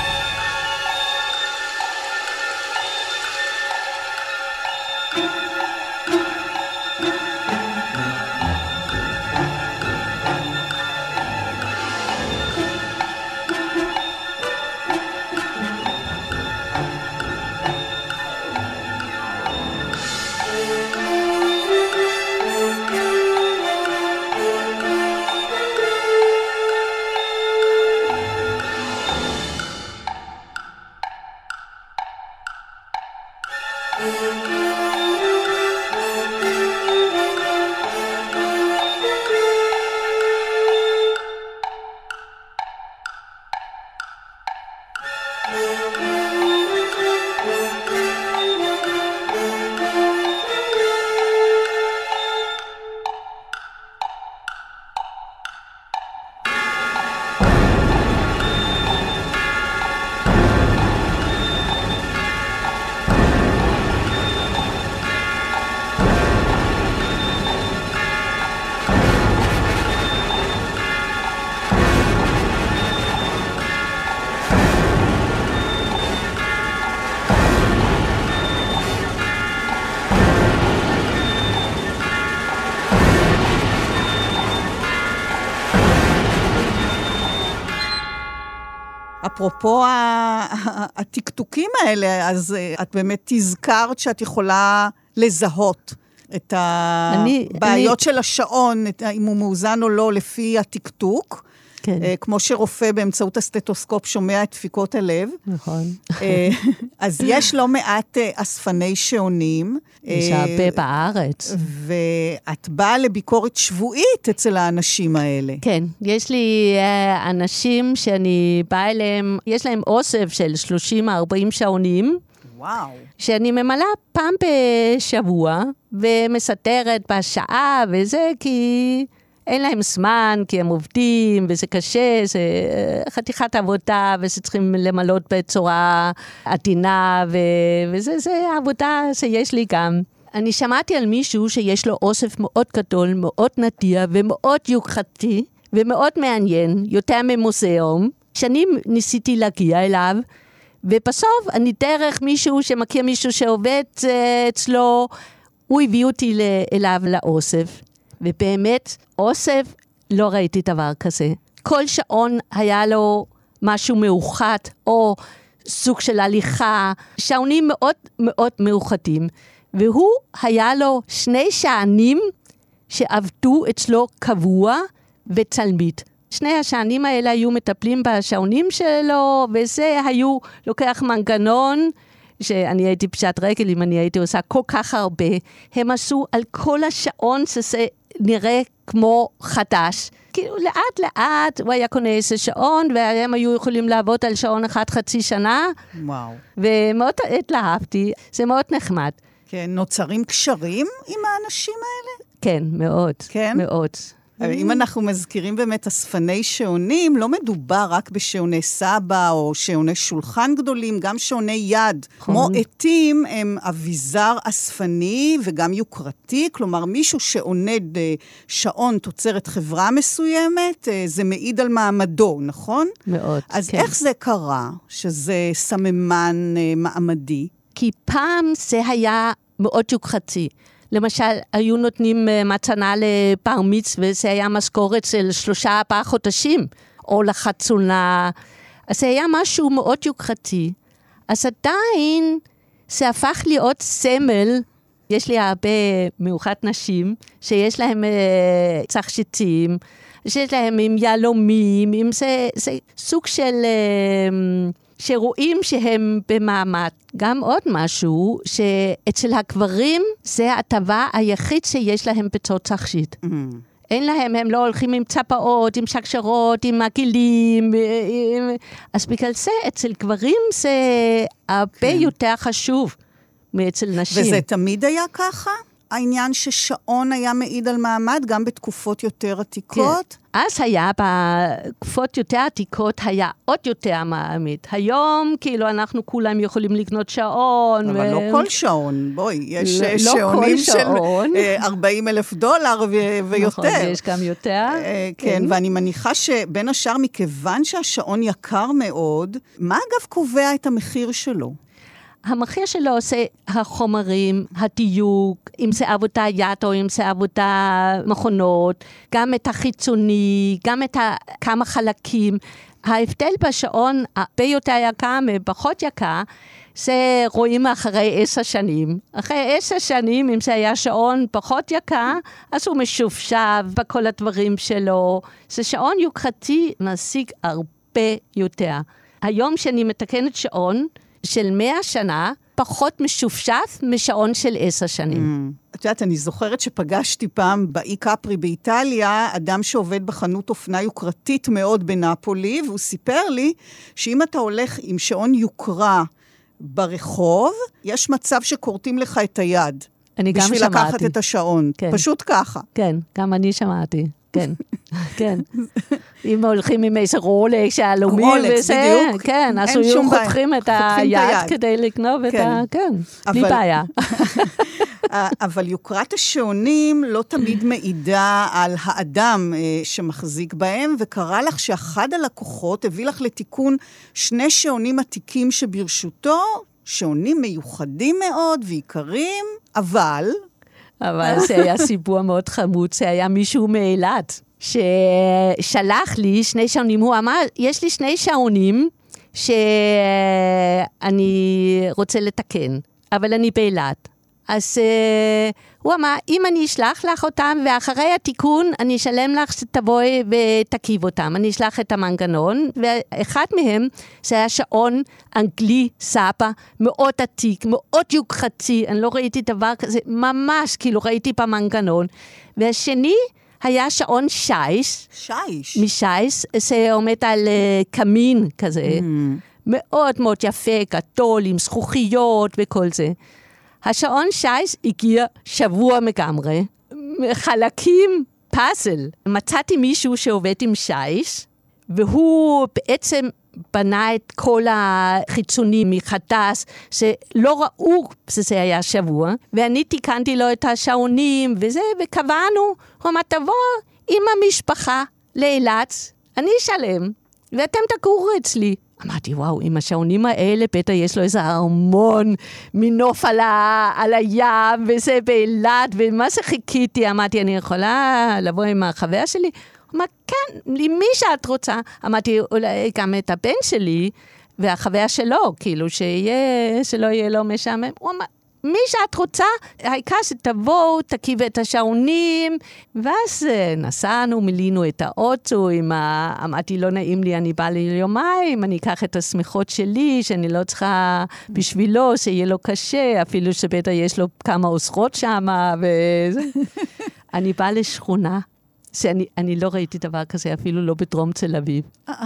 אפרופו התקתוקים האלה, אז את באמת תזכרת שאת יכולה לזהות את הבעיות של השעון, אם הוא מאוזן או לא לפי התקתוק, כמו שרופא באמצעות הסטטוסקופ שומע את דפיקות הלב. נכון. אז יש לא מעט אספני שעונים. יש הרבה בארץ. ואת באה לביקורת שבועית אצל האנשים האלה. כן, יש לי אנשים שאני באה אליהם, יש להם אוסף של שלושים ארבעים שעונים. וואו. שאני ממלאה פעם בשבוע, ומסתרת בשעה וזה, כי אין להם זמן, כי הם עובדים, וזה קשה, זה חתיכת עבודה, וזה צריכים למלות בצורה עדינה, ו... וזה זה עבודה שיש לי גם. אני שמעתי על מישהו שיש לו אוסף מאוד גדול, מאוד נדיר, ומאוד יוקרתי, ומאוד מעניין, יותר ממוזיאום, שאני ניסיתי להגיע אליו, ובסוף אני דרך מישהו שמכיר מישהו שעובד אצלו, הוא הביא אותי אליו לאוסף. ובאמת, אוסף, לא ראיתי דבר כזה. כל שעון היה לו משהו מאוחד, או סוג של הליכה, שעונים מאוד מאוד מאוחדים. והוא היה לו שני שענים שעבדו אצלו קבוע ותלמיד. שני השענים האלה היו מטפלים בשעונים שלו, וזה היו לוקח מנגנון, שאני הייתי פשט רגל אם אני הייתי עושה כל כך הרבה, הם עשו על כל השעון שזה נראה כמו חדש. כאילו לאט לאט הוא היה קונה איזה שעון, והם היו יכולים לעבוד על שעון אחד חצי שנה. וואו. ומאוד התלהבתי, זה מאוד נחמד. כן, נוצרים קשרים עם האנשים האלה? כן, מאוד. כן? מאוד. אם אנחנו מזכירים באמת אספני שעונים, לא מדובר רק בשעוני סבא או שעוני שולחן גדולים, גם שעוני יד. כמו עתים הם אביזר אספני וגם יוקרתי, כלומר מישהו שעונד שעון תוצרת חברה מסוימת, זה מעיד על מעמדו, נכון? מאוד, אז כן. איך זה קרה שזה סממן מעמדי? כי פעם זה היה מאוד יוקרתי. למשל, היו נותנים מתנה לבר מצווה, זה היה משכורת של שלושה ארבעה חודשים, או לחצונה. אז זה היה משהו מאוד יוקרתי. אז עדיין זה הפך להיות סמל. יש לי הרבה מיוחד נשים, שיש להם אה, צחשיתים, שיש להם עם ילומים, עם זה, זה סוג של... אה, שרואים שהם במעמד. גם עוד משהו, שאצל הגברים זה הטבה היחיד שיש להם בתור תכשיט. Mm. אין להם, הם לא הולכים עם צפאות, עם שקשרות, עם עגילים. עם... אז בגלל זה אצל גברים זה הרבה כן. יותר חשוב מאצל נשים. וזה תמיד היה ככה? העניין ששעון היה מעיד על מעמד, גם בתקופות יותר עתיקות? כן. אז היה, בתקופות יותר עתיקות, היה עוד יותר מעמיד. היום, כאילו, אנחנו כולם יכולים לקנות שעון. אבל ו... לא כל שעון, בואי, יש לא, שעונים לא שעון. של ארבעים אלף דולר ו- ויותר. נכון, יש גם יותר. כן, ואני מניחה שבין השאר, מכיוון שהשעון יקר מאוד, מה אגב קובע את המחיר שלו? המחיר שלו זה החומרים, הדיוק, אם זה עבודה יד או אם זה עבודה מכונות, גם את החיצוני, גם את כמה חלקים. ההבדל בשעון הרבה יותר יקר מפחות יקר, זה רואים אחרי עשר שנים. אחרי עשר שנים, אם זה היה שעון פחות יקר, אז הוא משופשב בכל הדברים שלו. זה שעון יוקרתי משיג הרבה יותר. היום שאני מתקנת שעון, של מאה שנה, פחות משופשף משעון של עשר שנים. Mm. את יודעת, אני זוכרת שפגשתי פעם באי קפרי באיטליה, אדם שעובד בחנות אופנה יוקרתית מאוד בנאפולי, והוא סיפר לי שאם אתה הולך עם שעון יוקרה ברחוב, יש מצב שקורטים לך את היד. אני גם שמעתי. בשביל לקחת את השעון. כן. פשוט ככה. כן, גם אני שמעתי. כן, כן. אם הולכים עם איזה רולקס, שהלומים וזה, בדיוק. כן, אז היו חותכים את היד כדי לקנוב את ה... כן, בלי בעיה. אבל יוקרת השעונים לא תמיד מעידה על האדם שמחזיק בהם, וקרא לך שאחד הלקוחות הביא לך לתיקון שני שעונים עתיקים שברשותו, שעונים מיוחדים מאוד ויקרים, אבל... אבל זה היה סיפור מאוד חמוד, זה היה מישהו מאילת, ששלח לי שני שעונים, הוא אמר, יש לי שני שעונים שאני רוצה לתקן, אבל אני באילת. אז uh, הוא אמר, אם אני אשלח לך אותם, ואחרי התיקון אני אשלם לך שתבואי ותקיב אותם. אני אשלח את המנגנון, ואחד מהם זה היה שעון אנגלי סבא, מאוד עתיק, מאוד יוקרתי, אני לא ראיתי דבר כזה, ממש כאילו ראיתי במנגנון. והשני היה שעון שייש. שייש? משייש, זה עומד על uh, קמין כזה, mm. מאוד מאוד יפה, גדול, עם זכוכיות וכל זה. השעון שייש הגיע שבוע מגמרי, חלקים פאזל. מצאתי מישהו שעובד עם שייש, והוא בעצם בנה את כל החיצונים מחדש, שלא ראו שזה היה שבוע, ואני תיקנתי לו את השעונים וזה, וקבענו, הוא אמר, תבוא עם המשפחה לאילת, אני אשלם, ואתם תגורו אצלי. אמרתי, וואו, עם השעונים האלה, בטח יש לו איזה הרמון מנוף על, ה... על הים, וזה באילת, ומה זה חיכיתי? אמרתי, אני יכולה לבוא עם החבר שלי? הוא אמר, כן, למי שאת רוצה. אמרתי, אולי גם את הבן שלי, והחבר שלו, כאילו, שיהיה, שלא יהיה לו משעמם. הוא אמר, מי שאת רוצה, העיקר שתבואו, תקיב את השעונים, ואז נסענו, מילינו את האוטו, ה... אמרתי, לא נעים לי, אני באה לי יומיים, אני אקח את השמיכות שלי, שאני לא צריכה בשבילו, שיהיה לו קשה, אפילו שבטח יש לו כמה אוסרות שם, וזה. אני באה לשכונה, שאני אני לא ראיתי דבר כזה, אפילו לא בדרום תל אביב.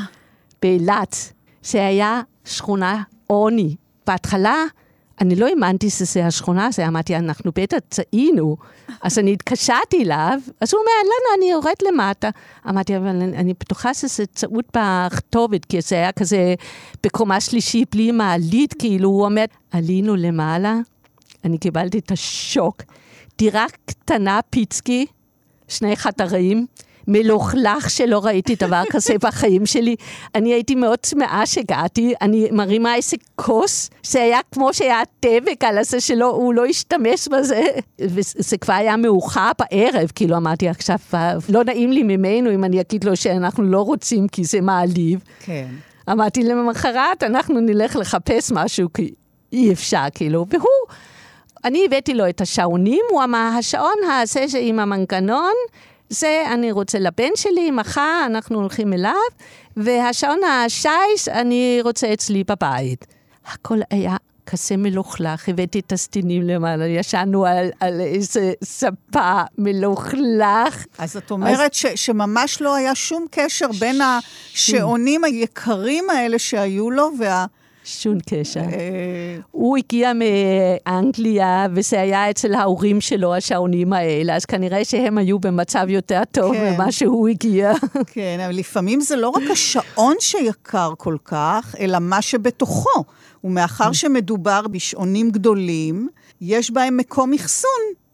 באילת, שהיה שכונה עוני. בהתחלה, אני לא האמנתי שזה השכונה, אז אמרתי, אנחנו בטח טעינו. אז אני התקשרתי אליו, אז הוא אומר, לא, אני יורד למטה. אמרתי, אבל אני בטוחה שזה טעות בכתובת, כי זה היה כזה בקומה שלישי, בלי מעלית, כאילו הוא אומר, עלינו למעלה, אני קיבלתי את השוק. דירה קטנה פיצקי, שני חדרים, מלוכלך שלא ראיתי דבר כזה בחיים שלי. אני הייתי מאוד צמאה שהגעתי, אני מרימה איזה כוס, זה היה כמו שהיה דבק על זה שלא, הוא לא השתמש בזה, וזה כבר היה מאוחר בערב, כאילו אמרתי עכשיו, לא נעים לי ממנו אם אני אגיד לו שאנחנו לא רוצים כי זה מעליב. כן. אמרתי למחרת, אנחנו נלך לחפש משהו, כי אי אפשר, כאילו, והוא, אני הבאתי לו את השעונים, הוא אמר, השעון הזה עם המנגנון, זה אני רוצה לבן שלי, מחר אנחנו הולכים אליו, והשעון השייס אני רוצה אצלי בבית. הכל היה כזה מלוכלך, הבאתי את הסטינים למעלה, ישנו על, על איזה ספה מלוכלך. אז את אומרת אז... ש, שממש לא היה שום קשר בין השעונים היקרים האלה שהיו לו, וה... שום קשר. הוא הגיע מאנגליה, וזה היה אצל ההורים שלו, השעונים האלה, אז כנראה שהם היו במצב יותר טוב ממה שהוא הגיע. כן, אבל לפעמים זה לא רק השעון שיקר כל כך, אלא מה שבתוכו. ומאחר שמדובר בשעונים גדולים, יש בהם מקום אחסון.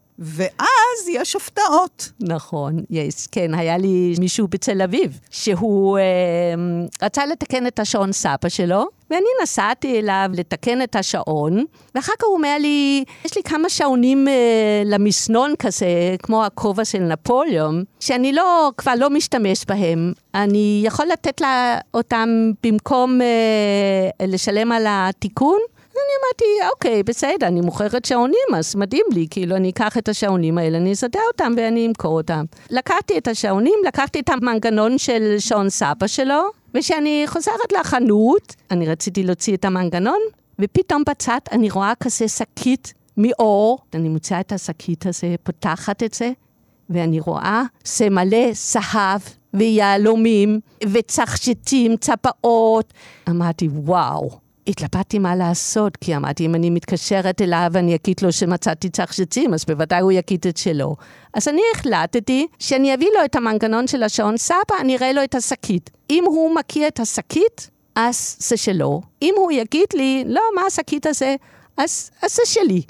ואז יש הפתעות. נכון, יש, כן, היה לי מישהו בתל אביב, שהוא אה, רצה לתקן את השעון סבא שלו, ואני נסעתי אליו לתקן את השעון, ואחר כך הוא אומר לי, יש לי כמה שעונים אה, למסנון כזה, כמו הכובע של נפוליאון, שאני לא, כבר לא משתמש בהם, אני יכול לתת לה אותם במקום אה, לשלם על התיקון, אני אמרתי, אוקיי, בסדר, אני מוכרת שעונים, אז מדהים לי, כאילו אני אקח את השעונים האלה, אני אסדר אותם ואני אמכור אותם. לקחתי את השעונים, לקחתי את המנגנון של שעון סבא שלו, ושאני חוזרת לחנות, אני רציתי להוציא את המנגנון, ופתאום בצד אני רואה כזה שקית מאור, אני מוצאה את השקית הזה, פותחת את זה, ואני רואה זה מלא זהב ויהלומים, וצחשתים, צבעות. אמרתי, וואו. התלבטתי מה לעשות, כי אמרתי, אם אני מתקשרת אליו ואני אגיד לו שמצאתי תכשיטים, אז בוודאי הוא יגיד את שלו. אז אני החלטתי שאני אביא לו את המנגנון של השעון סבא, אני אראה לו את השקית. אם הוא מכיר את השקית, אז זה שלו. אם הוא יגיד לי, לא, מה השקית הזה? אז, אז זה שלי.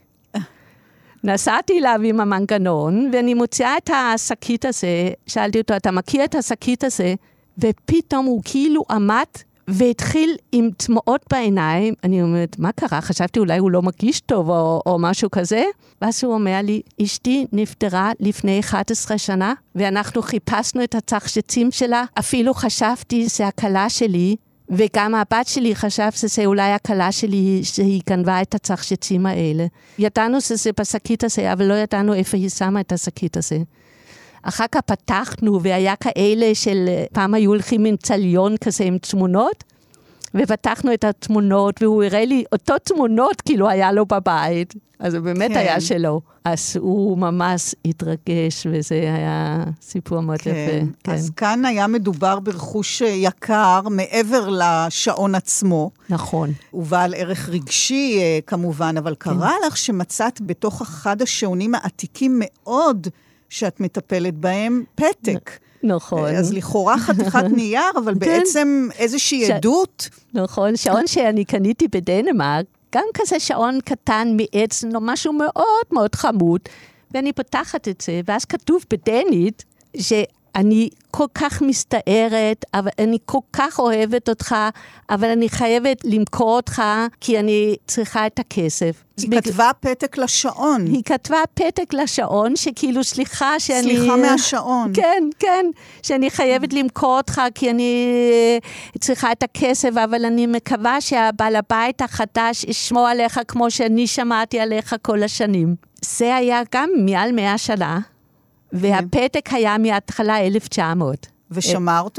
נסעתי אליו עם המנגנון, ואני מוציאה את השקית הזה, שאלתי אותו, אתה מכיר את השקית הזה? ופתאום הוא כאילו עמד, והתחיל עם תמועות בעיניים, אני אומרת, מה קרה? חשבתי אולי הוא לא מרגיש טוב או, או משהו כזה. ואז הוא אומר לי, אשתי נפטרה לפני אחת עשרה שנה, ואנחנו חיפשנו את התכשיטים שלה. אפילו חשבתי שזה הקלה שלי, וגם הבת שלי חשב שזה אולי הקלה שלי, שהיא גנבה את התכשיטים האלה. ידענו שזה בשקית הזה, אבל לא ידענו איפה היא שמה את השקית הזה. אחר כך פתחנו, והיה כאלה של, פעם היו הולכים עם צליון כזה עם תמונות, ופתחנו את התמונות, והוא הראה לי אותו תמונות כאילו היה לו בבית. אז זה באמת כן. היה שלו. אז הוא ממש התרגש, וזה היה סיפור מאוד כן. יפה. כן. אז כאן היה מדובר ברכוש יקר, מעבר לשעון עצמו. נכון. ובעל ערך רגשי כמובן, אבל כן. קרה לך שמצאת בתוך אחד השעונים העתיקים מאוד, שאת מטפלת בהם, פתק. נכון. אז לכאורה חתיכת נייר, אבל בעצם איזושהי ש... עדות. נכון, שעון שאני קניתי בדנמרק, גם כזה שעון קטן מעץ, משהו מאוד מאוד חמוד, ואני פותחת את זה, ואז כתוב בדנית, שאני כל כך מסתערת, אבל אני כל כך אוהבת אותך, אבל אני חייבת למכור אותך, כי אני צריכה את הכסף. היא בג... כתבה פתק לשעון. היא כתבה פתק לשעון, שכאילו סליחה שאני... סליחה מהשעון. כן, כן, שאני חייבת למכור אותך, כי אני צריכה את הכסף, אבל אני מקווה שהבעל הבית החדש ישמור עליך, כמו שאני שמעתי עליך כל השנים. זה היה גם מעל מאה שנה, והפתק היה מההתחלה אלף תשע מאות. ושמרת אותו?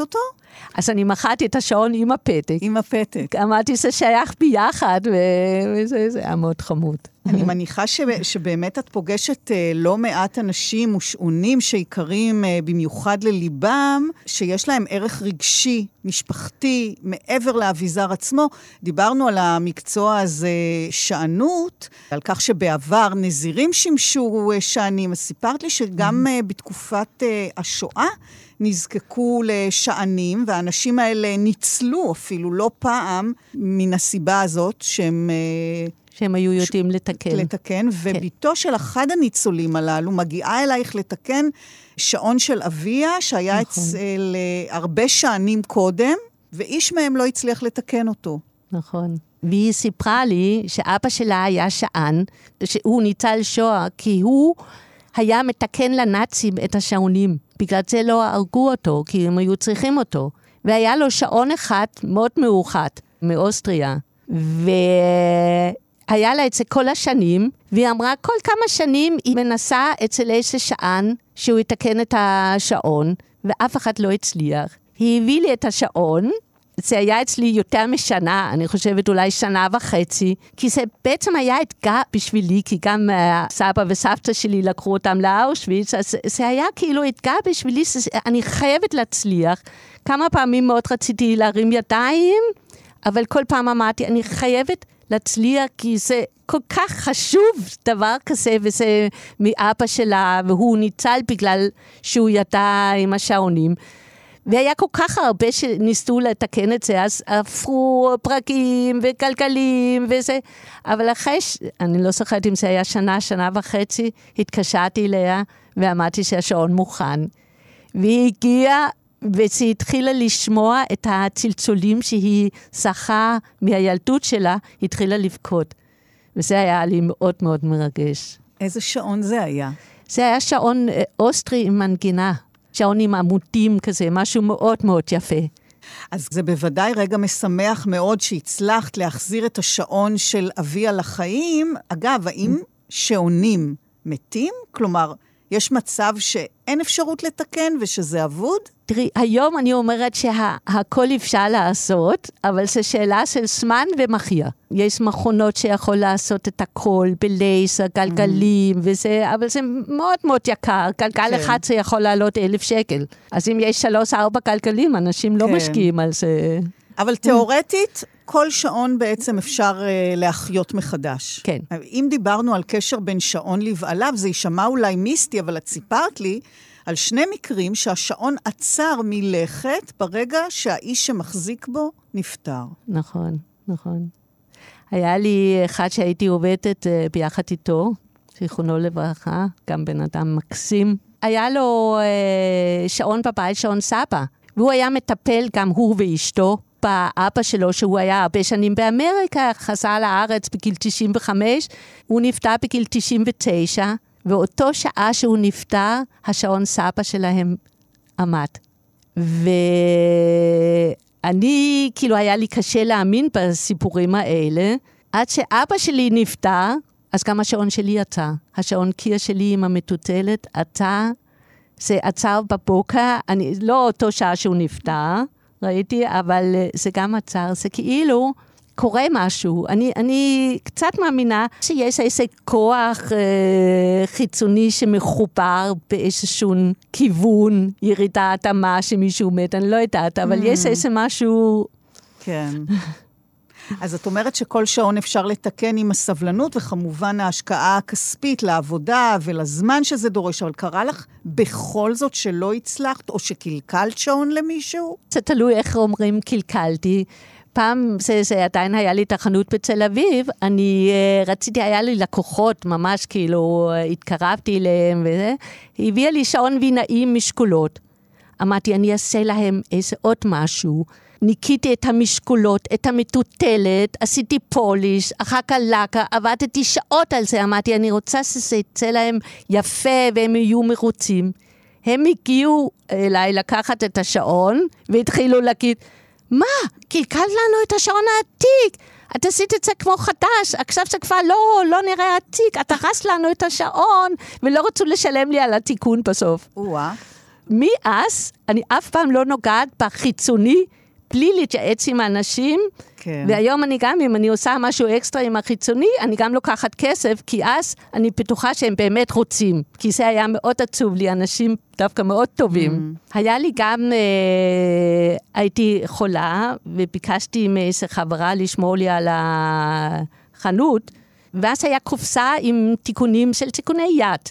אז אני מחאתי את השעון עם הפתק. עם הפתק. אמרתי, זה שייך ביחד, וזה היה מאוד חמוד. אני מניחה ש, שבאמת את פוגשת לא מעט אנשים ושעונים שעיקרים במיוחד לליבם, שיש להם ערך רגשי, משפחתי, מעבר לאביזר עצמו. דיברנו על המקצוע הזה שענות, על כך שבעבר נזירים שימשו שענים. אז סיפרת לי שגם בתקופת השואה נזקקו לשענים, והאנשים האלה ניצלו אפילו לא פעם מן הסיבה הזאת שהם... שהם היו יודעים לתקן. לתקן, וביתו של אחד הניצולים הללו מגיעה אלייך לתקן שעון של אביה, שהיה אצל הרבה שענים קודם, ואיש מהם לא הצליח לתקן אותו. נכון. והיא סיפרה לי שאבא שלה היה שען, שהוא ניצל שואה, כי הוא היה מתקן לנאצים את השעונים. בגלל זה לא הרגו אותו, כי הם היו צריכים אותו. והיה לו שעון אחד מאוד מאוחד, מאוסטריה. ו... היה לה את זה כל השנים, והיא אמרה, כל כמה שנים היא מנסה אצל איזה שען, שהוא יתקן את השעון, ואף אחד לא הצליח. היא הביא לי את השעון, זה היה אצלי יותר משנה, אני חושבת אולי שנה וחצי, כי זה בעצם היה אתגר בשבילי, כי גם סבא וסבתא שלי לקחו אותם לאושוויץ, אז זה היה כאילו אתגר בשבילי, אני חייבת להצליח. כמה פעמים מאוד רציתי להרים ידיים, אבל כל פעם אמרתי, אני חייבת להצליח, כי זה כל כך חשוב דבר כזה, וזה מאבא שלה, והוא ניצל בגלל שהוא ידע עם השעונים. והיה כל כך הרבה שניסו לתקן את זה, אז עפרו פרקים וגלגלים וזה, אבל אחרי, אני לא זוכרת אם זה היה שנה, שנה וחצי, התקשרתי אליה, ואמרתי שהשעון מוכן. והיא הגיעה, והיא התחילה לשמוע את הצלצולים שהיא שחה מהילדות שלה, היא התחילה לבכות. וזה היה לי מאוד מאוד מרגש. איזה שעון זה היה? זה היה שעון אוסטרי עם מנגינה, שעון עם עמודים כזה, משהו מאוד מאוד יפה. אז זה בוודאי רגע משמח מאוד שהצלחת להחזיר את השעון של אביה לחיים. אגב, האם שעונים מתים? כלומר, יש מצב שאין אפשרות לתקן ושזה אבוד? תראי, היום אני אומרת שהכל אפשר לעשות, אבל זו שאלה של זמן ומחיה. יש מכונות שיכול לעשות את הכל, בלייזר, גלגלים mm-hmm. וזה, אבל זה מאוד מאוד יקר. גלגל כן. אחד זה יכול לעלות אלף שקל. אז אם יש שלוש, ארבע גלגלים, אנשים כן. לא משקיעים על זה. אבל תיאורטית, כל שעון בעצם אפשר uh, להחיות מחדש. כן. אם דיברנו על קשר בין שעון לבעליו, זה יישמע אולי מיסטי, אבל את סיפרת לי על שני מקרים שהשעון עצר מלכת ברגע שהאיש שמחזיק בו נפטר. נכון, נכון. היה לי אחד שהייתי עובדת uh, ביחד איתו, זיכרונו לברכה, גם בן אדם מקסים. היה לו uh, שעון בבית, שעון סבא, והוא היה מטפל גם הוא ואשתו, באבא שלו, שהוא היה הרבה שנים באמריקה, חזר לארץ בגיל תשעים וחמש, הוא נפטר בגיל תשעים ותשע, ואותו שעה שהוא נפטר, השעון סבא שלהם עמד. ואני, כאילו היה לי קשה להאמין בסיפורים האלה, עד שאבא שלי נפטר, אז גם השעון שלי יצא. השעון קיר שלי עם המטוטלת, עתה, זה עצר בבוקר, אני, לא אותו שעה שהוא נפטר, ראיתי, אבל זה גם עצר, זה כאילו קורה משהו. אני, אני קצת מאמינה שיש איזה כוח אה, חיצוני שמחובר באיזשהו כיוון, ירידת אמה שמישהו מת, אני לא יודעת, אבל mm. יש איזה משהו... כן. אז את אומרת שכל שעון אפשר לתקן עם הסבלנות, וכמובן ההשקעה הכספית לעבודה ולזמן שזה דורש, אבל קרה לך בכל זאת שלא הצלחת, או שקלקלת שעון למישהו? זה תלוי איך אומרים קלקלתי. פעם זה, זה עדיין היה לי תחנות בתל אביב, אני רציתי, היה לי לקוחות, ממש כאילו התקרבתי אליהם וזה, היא הביאה לי שעון וינאים משקולות. אמרתי, אני אעשה להם איזה עוד משהו, ניקיתי את המשקולות, את המטוטלת, עשיתי פוליש, אחר כך לקה, עבדתי שעות על זה, אמרתי, אני רוצה שזה יצא להם יפה והם יהיו מרוצים. הם הגיעו אליי לקחת את השעון, והתחילו להגיד, מה? קלקלת לנו את השעון העתיק, את עשית את זה כמו חדש, עכשיו זה כבר לא, לא נראה עתיק, את הרסת לנו את השעון, ולא רצו לשלם לי על התיקון בסוף. וואה. מאז, אני אף פעם לא נוגעת בחיצוני, בלי להתייעץ עם האנשים, כן. והיום אני גם, אם אני עושה משהו אקסטרה עם החיצוני, אני גם לוקחת כסף, כי אז אני בטוחה שהם באמת רוצים, כי זה היה מאוד עצוב לי, אנשים דווקא מאוד טובים. Mm. היה לי גם, אה, הייתי חולה, וביקשתי מאיזה חברה לשמור לי על החנות, ואז היה קופסה עם תיקונים של תיקוני יד.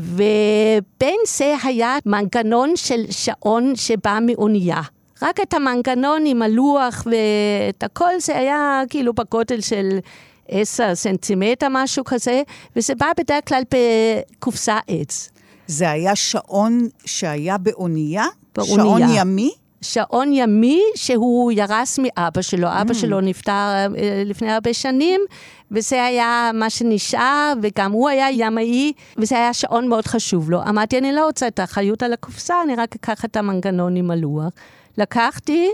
ובין זה היה מנגנון של שעון שבא מאונייה. רק את המנגנון עם הלוח ואת הכל, זה היה כאילו בגודל של עשר סנטימטר, משהו כזה, וזה בא בדרך כלל בקופסה עץ. זה היה שעון שהיה באונייה? באונייה. שעון ימי? שעון ימי שהוא ירס מאבא שלו. אבא שלו נפטר לפני הרבה שנים, וזה היה מה שנשאר, וגם הוא היה ימאי, וזה היה שעון מאוד חשוב לו. אמרתי, אני לא רוצה את האחריות על הקופסה, אני רק אקח את המנגנון עם הלוח. לקחתי,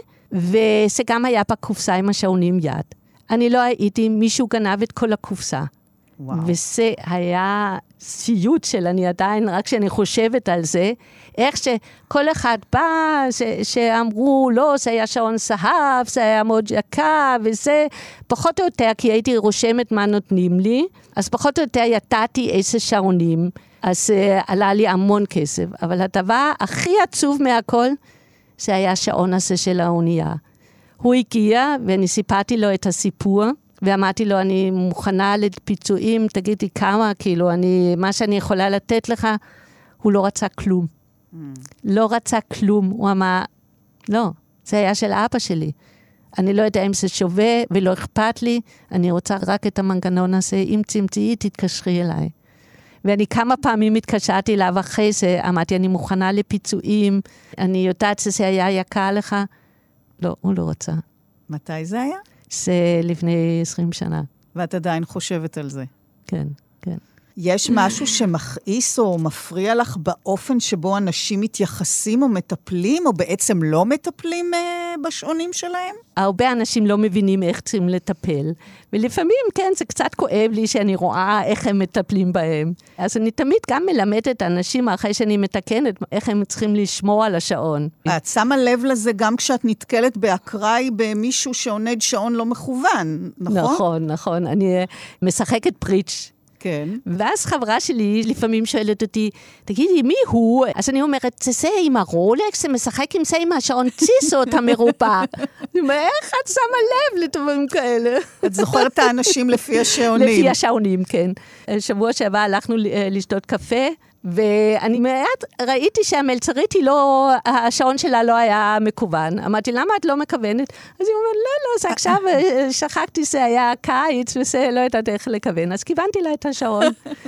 וזה גם היה בקופסה עם השעונים יד. אני לא הייתי, מישהו גנב את כל הקופסה. וואו. וזה היה סיוט של אני עדיין, רק שאני חושבת על זה, איך שכל אחד בא, ש, שאמרו, לא, זה היה שעון זהב, זה היה מאוד יקר, וזה פחות או יותר, כי הייתי רושמת מה נותנים לי, אז פחות או יותר ידעתי איזה שעונים, אז uh, עלה לי המון כסף. אבל הדבר הכי עצוב מהכל, זה היה השעון הזה של האונייה. הוא הגיע, ואני סיפרתי לו את הסיפור, ואמרתי לו, אני מוכנה לפיצויים, תגידי כמה, כאילו, אני, מה שאני יכולה לתת לך, הוא לא רצה כלום. Mm. לא רצה כלום. הוא אמר, לא, זה היה של אבא שלי. אני לא יודע אם זה שווה ולא אכפת לי, אני רוצה רק את המנגנון הזה, אם תמצאי, תתקשרי אליי. ואני כמה פעמים התקשרתי אליו אחרי זה, אמרתי, אני מוכנה לפיצויים, אני יודעת שזה היה יקר לך. לא, הוא לא רצה. מתי זה היה? זה לפני עשרים שנה. ואת עדיין חושבת על זה. כן, כן. יש משהו שמכעיס או מפריע לך באופן שבו אנשים מתייחסים או מטפלים, או בעצם לא מטפלים אה, בשעונים שלהם? הרבה אנשים לא מבינים איך צריכים לטפל, ולפעמים, כן, זה קצת כואב לי שאני רואה איך הם מטפלים בהם. אז אני תמיד גם מלמדת אנשים, אחרי שאני מתקנת, איך הם צריכים לשמור על השעון. את שמה לב לזה גם כשאת נתקלת באקראי במישהו שעונד שעון לא מכוון, נכון? נכון, נכון. אני משחקת ברידג'. כן. ואז חברה שלי לפעמים שואלת אותי, תגידי, מי הוא? אז אני אומרת, זה זה עם הרולקס, זה משחק עם זה עם השעון ציסות המרופא. אני אומרת, איך את שמה לב לדברים כאלה? את זוכרת את האנשים לפי השעונים. לפי השעונים, כן. שבוע שעבר הלכנו לשתות קפה, ואני מעט ראיתי שהמלצרית היא לא, השעון שלה לא היה מקוון. אמרתי, למה את לא מכוונת? אז היא אומרת, לא, לא, זה עכשיו שכחתי שזה היה קיץ, וזה לא יודעת איך לכוון. אז כיוונתי לה את השעון.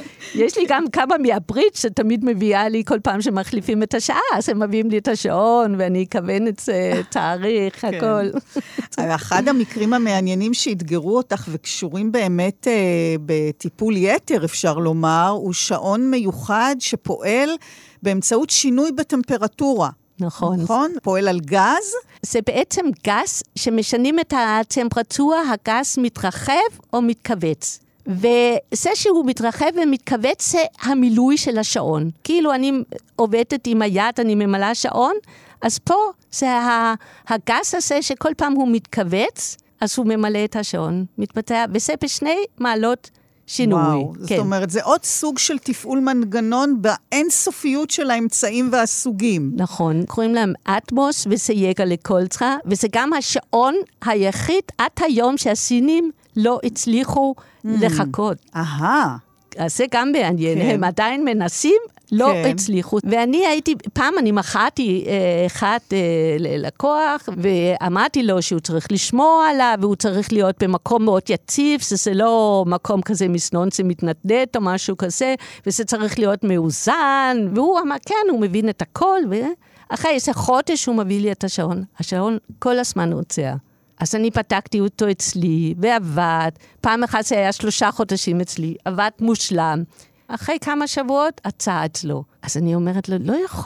יש לי גם כמה מהברידג' שתמיד מביאה לי כל פעם שמחליפים את השעה, אז הם מביאים לי את השעון, ואני אכוון את זה, תאריך, הכל. אחד המקרים המעניינים שהתגרו אותך וקשורים באמת בטיפול יתר, אפשר לומר, הוא שעון מיוחד שפועל באמצעות שינוי בטמפרטורה. נכון. נכון? פועל על גז? זה בעצם גז שמשנים את הטמפרטורה, הגז מתרחב או מתכווץ. וזה שהוא מתרחב ומתכווץ זה המילוי של השעון. כאילו אני עובדת עם היד, אני ממלאה שעון, אז פה זה הגז הזה שכל פעם הוא מתכווץ, אז הוא ממלא את השעון. מתבצע, וזה בשני מעלות שינוי. וואו, כן. זאת אומרת, זה עוד סוג של תפעול מנגנון באינסופיות של האמצעים והסוגים. נכון, קוראים להם אטמוס וסייגה לקולצרה, וזה גם השעון היחיד עד היום שהסינים לא הצליחו mm. לחכות. אהה. אז זה גם מעניין, כן. הם עדיין מנסים, לא כן. הצליחו. ואני הייתי, פעם אני מחאתי אה, אחד אה, ללקוח, ואמרתי לו שהוא צריך לשמוע עליו, והוא צריך להיות במקום מאוד יציב, שזה לא מקום כזה מסנון שמתנדנד או משהו כזה, וזה צריך להיות מאוזן, והוא אמר, כן, הוא מבין את הכל, ואחרי איזה חודש הוא מביא לי את השעון. השעון כל הזמן הוצא. אז אני פתקתי אותו אצלי, ועבד. פעם אחת זה היה שלושה חודשים אצלי, עבד מושלם. אחרי כמה שבועות, הצעה אצלו. אז אני אומרת לו, לא יכול להיות,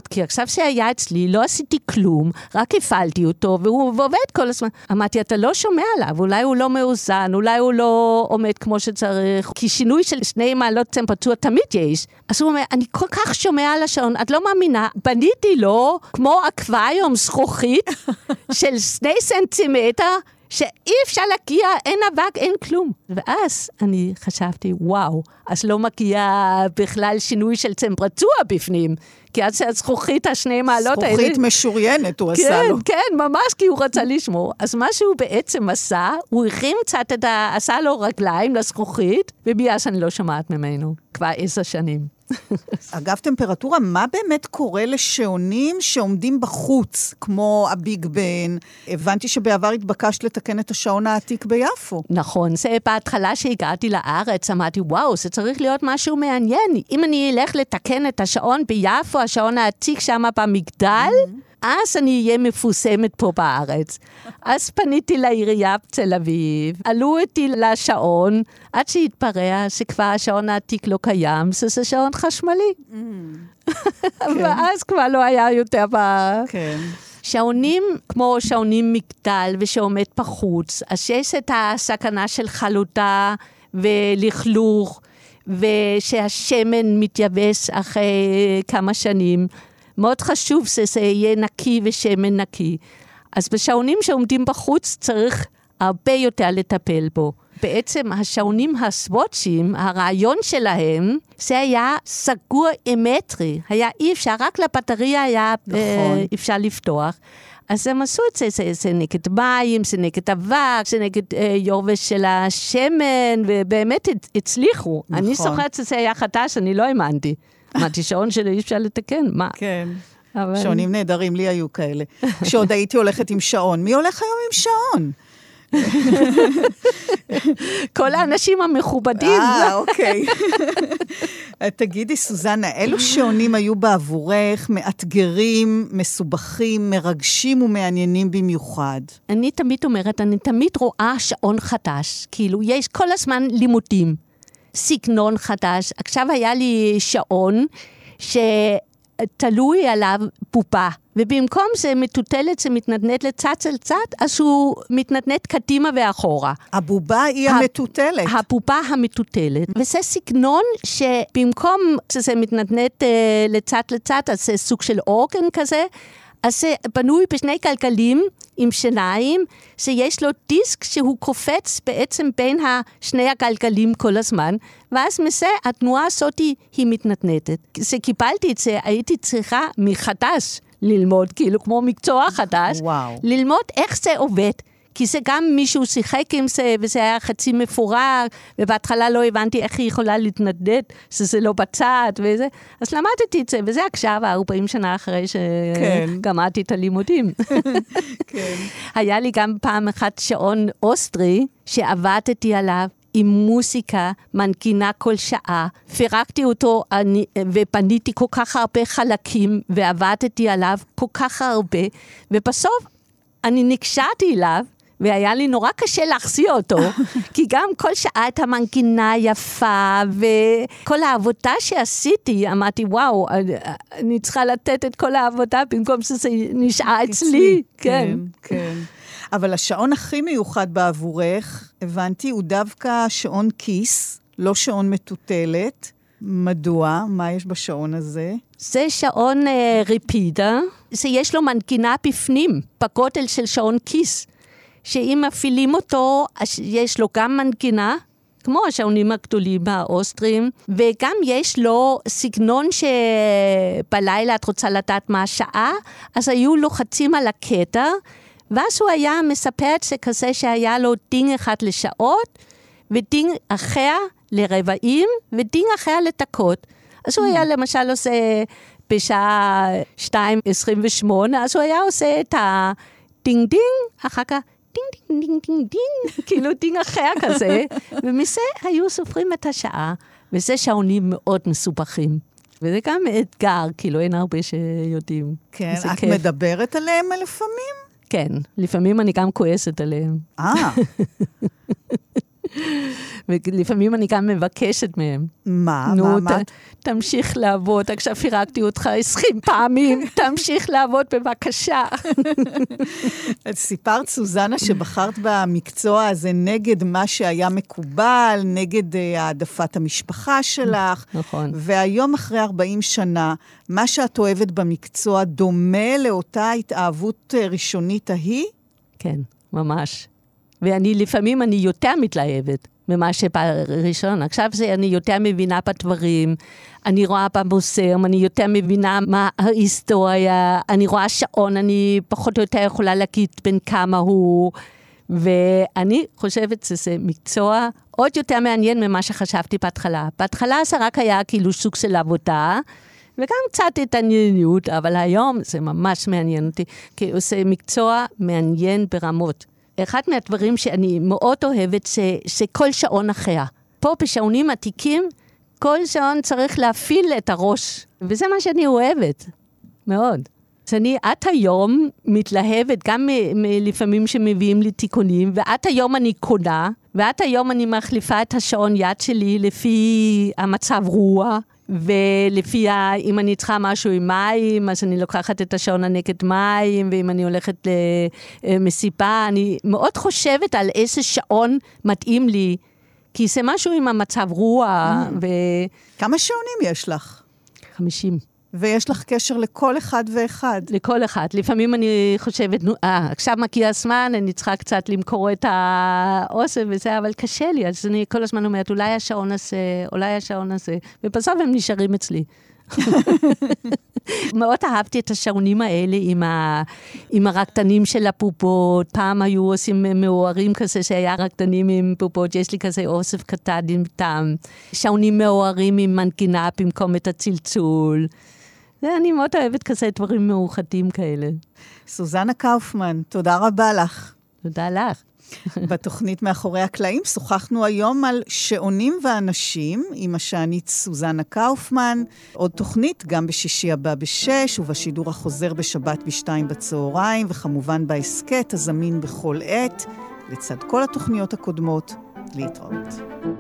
כי עכשיו שהיה אצלי, לא עשיתי כלום, רק הפעלתי אותו, והוא עובד כל הזמן. אמרתי, אתה לא שומע עליו, אולי הוא לא מאוזן, אולי הוא לא עומד כמו שצריך, כי שינוי של שני מעלות טמפרטורה תמיד יש. אז הוא אומר, אני כל כך שומע על השעון, את לא מאמינה, בניתי לו כמו אקווריום זכוכית של שני סנטימטר, שאי אפשר להגיע, אין אבק, אין כלום. ואז אני חשבתי, וואו, אז לא מגיע בכלל שינוי של טמפרטורה בפנים, כי אז הזכוכית השני מעלות האלה... זכוכית משוריינת הוא כן, עשה לו. כן, ממש כי הוא רצה לשמור. אז מה שהוא בעצם עשה, הוא הכין קצת את ה... עשה לו רגליים לזכוכית, וביאז אני לא שומעת ממנו, כבר עשר שנים. אגב טמפרטורה, מה באמת קורה לשעונים שעומדים בחוץ, כמו הביג בן? הבנתי שבעבר התבקשת לתקן את השעון העתיק ביפו. נכון, זה בהתחלה שהגעתי לארץ, אמרתי, וואו, זה צריך להיות משהו מעניין. אם אני אלך לתקן את השעון ביפו, השעון העתיק שם במגדל, אז אני אהיה מפוסמת פה בארץ. אז פניתי לעירייה בתל אביב, עלו אותי לשעון, עד שהתברע שכבר השעון העתיק לא קיים, זה שעון חשמלי. ואז כבר לא היה יותר ב... כן. שעונים כמו שעונים מגדל ושעומד בחוץ, אז יש את הסכנה של חלודה ולכלוך, ושהשמן מתייבש אחרי כמה שנים. מאוד חשוב שזה יהיה נקי ושמן נקי. אז בשעונים שעומדים בחוץ צריך הרבה יותר לטפל בו. בעצם השעונים הסוואצ'ים, הרעיון שלהם, זה היה סגור אמטרי. היה אי אפשר, רק לבטריה היה נכון. אה, אפשר לפתוח. אז הם עשו את זה, זה, זה נגד מים, זה נגד אבק, זה נגד אה, יורבש של השמן, ובאמת הצליחו. נכון. אני זוכרת שזה היה חדש, אני לא האמנתי. אמרתי, שעון שלי אי אפשר לתקן, מה? כן, אבל... שעונים נהדרים, לי היו כאלה. כשעוד הייתי הולכת עם שעון, מי הולך היום עם שעון? כל האנשים המכובדים. אה, אוקיי. תגידי, סוזנה, אילו שעונים היו בעבורך מאתגרים, מסובכים, מרגשים ומעניינים במיוחד? אני תמיד אומרת, אני תמיד רואה שעון חדש, כאילו יש כל הזמן לימודים. סגנון חדש. עכשיו היה לי שעון שתלוי עליו בובה, ובמקום זה מטוטלת, זה מתנדנד לצד של צד, אז הוא מתנדנד קדימה ואחורה. הבובה היא המטוטלת. הבובה המטוטלת. וזה סגנון שבמקום שזה מתנדנד לצד לצד, אז זה סוג של אורגן כזה, אז זה בנוי בשני גלגלים עם שיניים, שיש לו דיסק שהוא קופץ בעצם בין שני הגלגלים כל הזמן, ואז מזה התנועה הזאת היא מתנתנתת. כשקיבלתי את זה, הייתי צריכה מחדש ללמוד, כאילו כמו מקצוע חדש, וואו. ללמוד איך זה עובד. כי זה גם מישהו שיחק עם זה, וזה היה חצי מפורק, ובהתחלה לא הבנתי איך היא יכולה להתנדנד, שזה לא בצד, וזה. אז למדתי את זה, וזה עכשיו, ארבעים שנה אחרי שגמרתי את הלימודים. כן. היה לי גם פעם אחת שעון אוסטרי, שעבדתי עליו, עם מוסיקה, מנגינה כל שעה, פירקתי אותו אני, ופניתי כל כך הרבה חלקים, ועבדתי עליו כל כך הרבה, ובסוף אני נקשרתי אליו, והיה לי נורא קשה להחזיר אותו, כי גם כל שעה את המנגינה יפה, וכל העבודה שעשיתי, אמרתי, וואו, אני צריכה לתת את כל העבודה, במקום שזה נשאר אצלי. כן, כן. אבל השעון הכי מיוחד בעבורך, הבנתי, הוא דווקא שעון כיס, לא שעון מטוטלת. מדוע? מה יש בשעון הזה? זה שעון אה, ריפידה, שיש לו מנגינה בפנים, בגודל של שעון כיס, שאם מפעילים אותו, יש לו גם מנגינה, כמו השעונים הגדולים האוסטרים, וגם יש לו סגנון שבלילה את רוצה לדעת מה השעה, אז היו לוחצים על הקטע, ואז הוא היה מספר את זה כזה שהיה לו דין אחד לשעות, ודין אחר לרבעים, ודין אחר לדקות. אז הוא היה למשל עושה בשעה שתיים עשרים ושמונה, אז הוא היה עושה את הדינג דינג, אחר כך דינג דינג דינג דינג דינג, כאילו דינג אחר כזה, ומזה היו סופרים את השעה, וזה שעונים מאוד מסובכים. וזה גם אתגר, כאילו אין הרבה שיודעים. כן, את כיף. מדברת עליהם לפעמים? כן, לפעמים אני גם כועסת עליהם. אה. ולפעמים אני גם מבקשת מהם. מה? נו, מה? מה? ת, תמשיך לעבוד, עכשיו פירקתי אותך עשרים פעמים, תמשיך לעבוד בבקשה. סיפרת, סוזנה, שבחרת במקצוע הזה נגד מה שהיה מקובל, נגד העדפת המשפחה שלך. נכון. והיום אחרי ארבעים שנה, מה שאת אוהבת במקצוע דומה לאותה התאהבות ראשונית ההיא? כן, ממש. ואני לפעמים אני יותר מתלהבת ממה שבראשון. עכשיו זה אני יותר מבינה בדברים, אני רואה במוסרם, אני יותר מבינה מה ההיסטוריה, אני רואה שעון, אני פחות או יותר יכולה להגיד בין כמה הוא, ואני חושבת שזה מקצוע עוד יותר מעניין ממה שחשבתי בהתחלה. בהתחלה זה רק היה כאילו סוג של עבודה, וגם קצת התעניינות, אבל היום זה ממש מעניין אותי, כי זה מקצוע מעניין ברמות. אחד מהדברים שאני מאוד אוהבת, זה, זה כל שעון אחר. פה בשעונים עתיקים, כל שעון צריך להפעיל את הראש, וזה מה שאני אוהבת, מאוד. אז אני עד היום מתלהבת, גם מ- מ- לפעמים שמביאים לי תיקונים, ועד היום אני קונה, ועד היום אני מחליפה את השעון יד שלי לפי המצב רוח, ולפי, ה, אם אני צריכה משהו עם מים, אז אני לוקחת את השעון הנגד מים, ואם אני הולכת למסיבה, אני מאוד חושבת על איזה שעון מתאים לי, כי זה משהו עם המצב רוח. ו... כמה שעונים יש לך? חמישים. ויש לך קשר לכל אחד ואחד. לכל אחד. לפעמים אני חושבת, נו, אה, עכשיו מגיע הזמן, אני צריכה קצת למכור את האוסף וזה, אבל קשה לי, אז אני כל הזמן אומרת, אולי השעון הזה, אולי השעון הזה, ובסוף הם נשארים אצלי. מאוד אהבתי את השעונים האלה עם, ה... עם הרקדנים של הפופות. פעם היו עושים מאוהרים כזה שהיה רקדנים עם פופות, יש לי כזה אוסף קטן עם טעם. שעונים מאוהרים עם מנגינה במקום את הצלצול. אני מאוד אוהבת כזה דברים מאוחדים כאלה. סוזנה קאופמן, תודה רבה לך. תודה לך. בתוכנית מאחורי הקלעים שוחחנו היום על שעונים ואנשים עם השענית סוזנה קאופמן. עוד תוכנית גם בשישי הבא בשש ובשידור החוזר בשבת בשתיים בצהריים, וכמובן בהסקט הזמין בכל עת לצד כל התוכניות הקודמות. להתראות.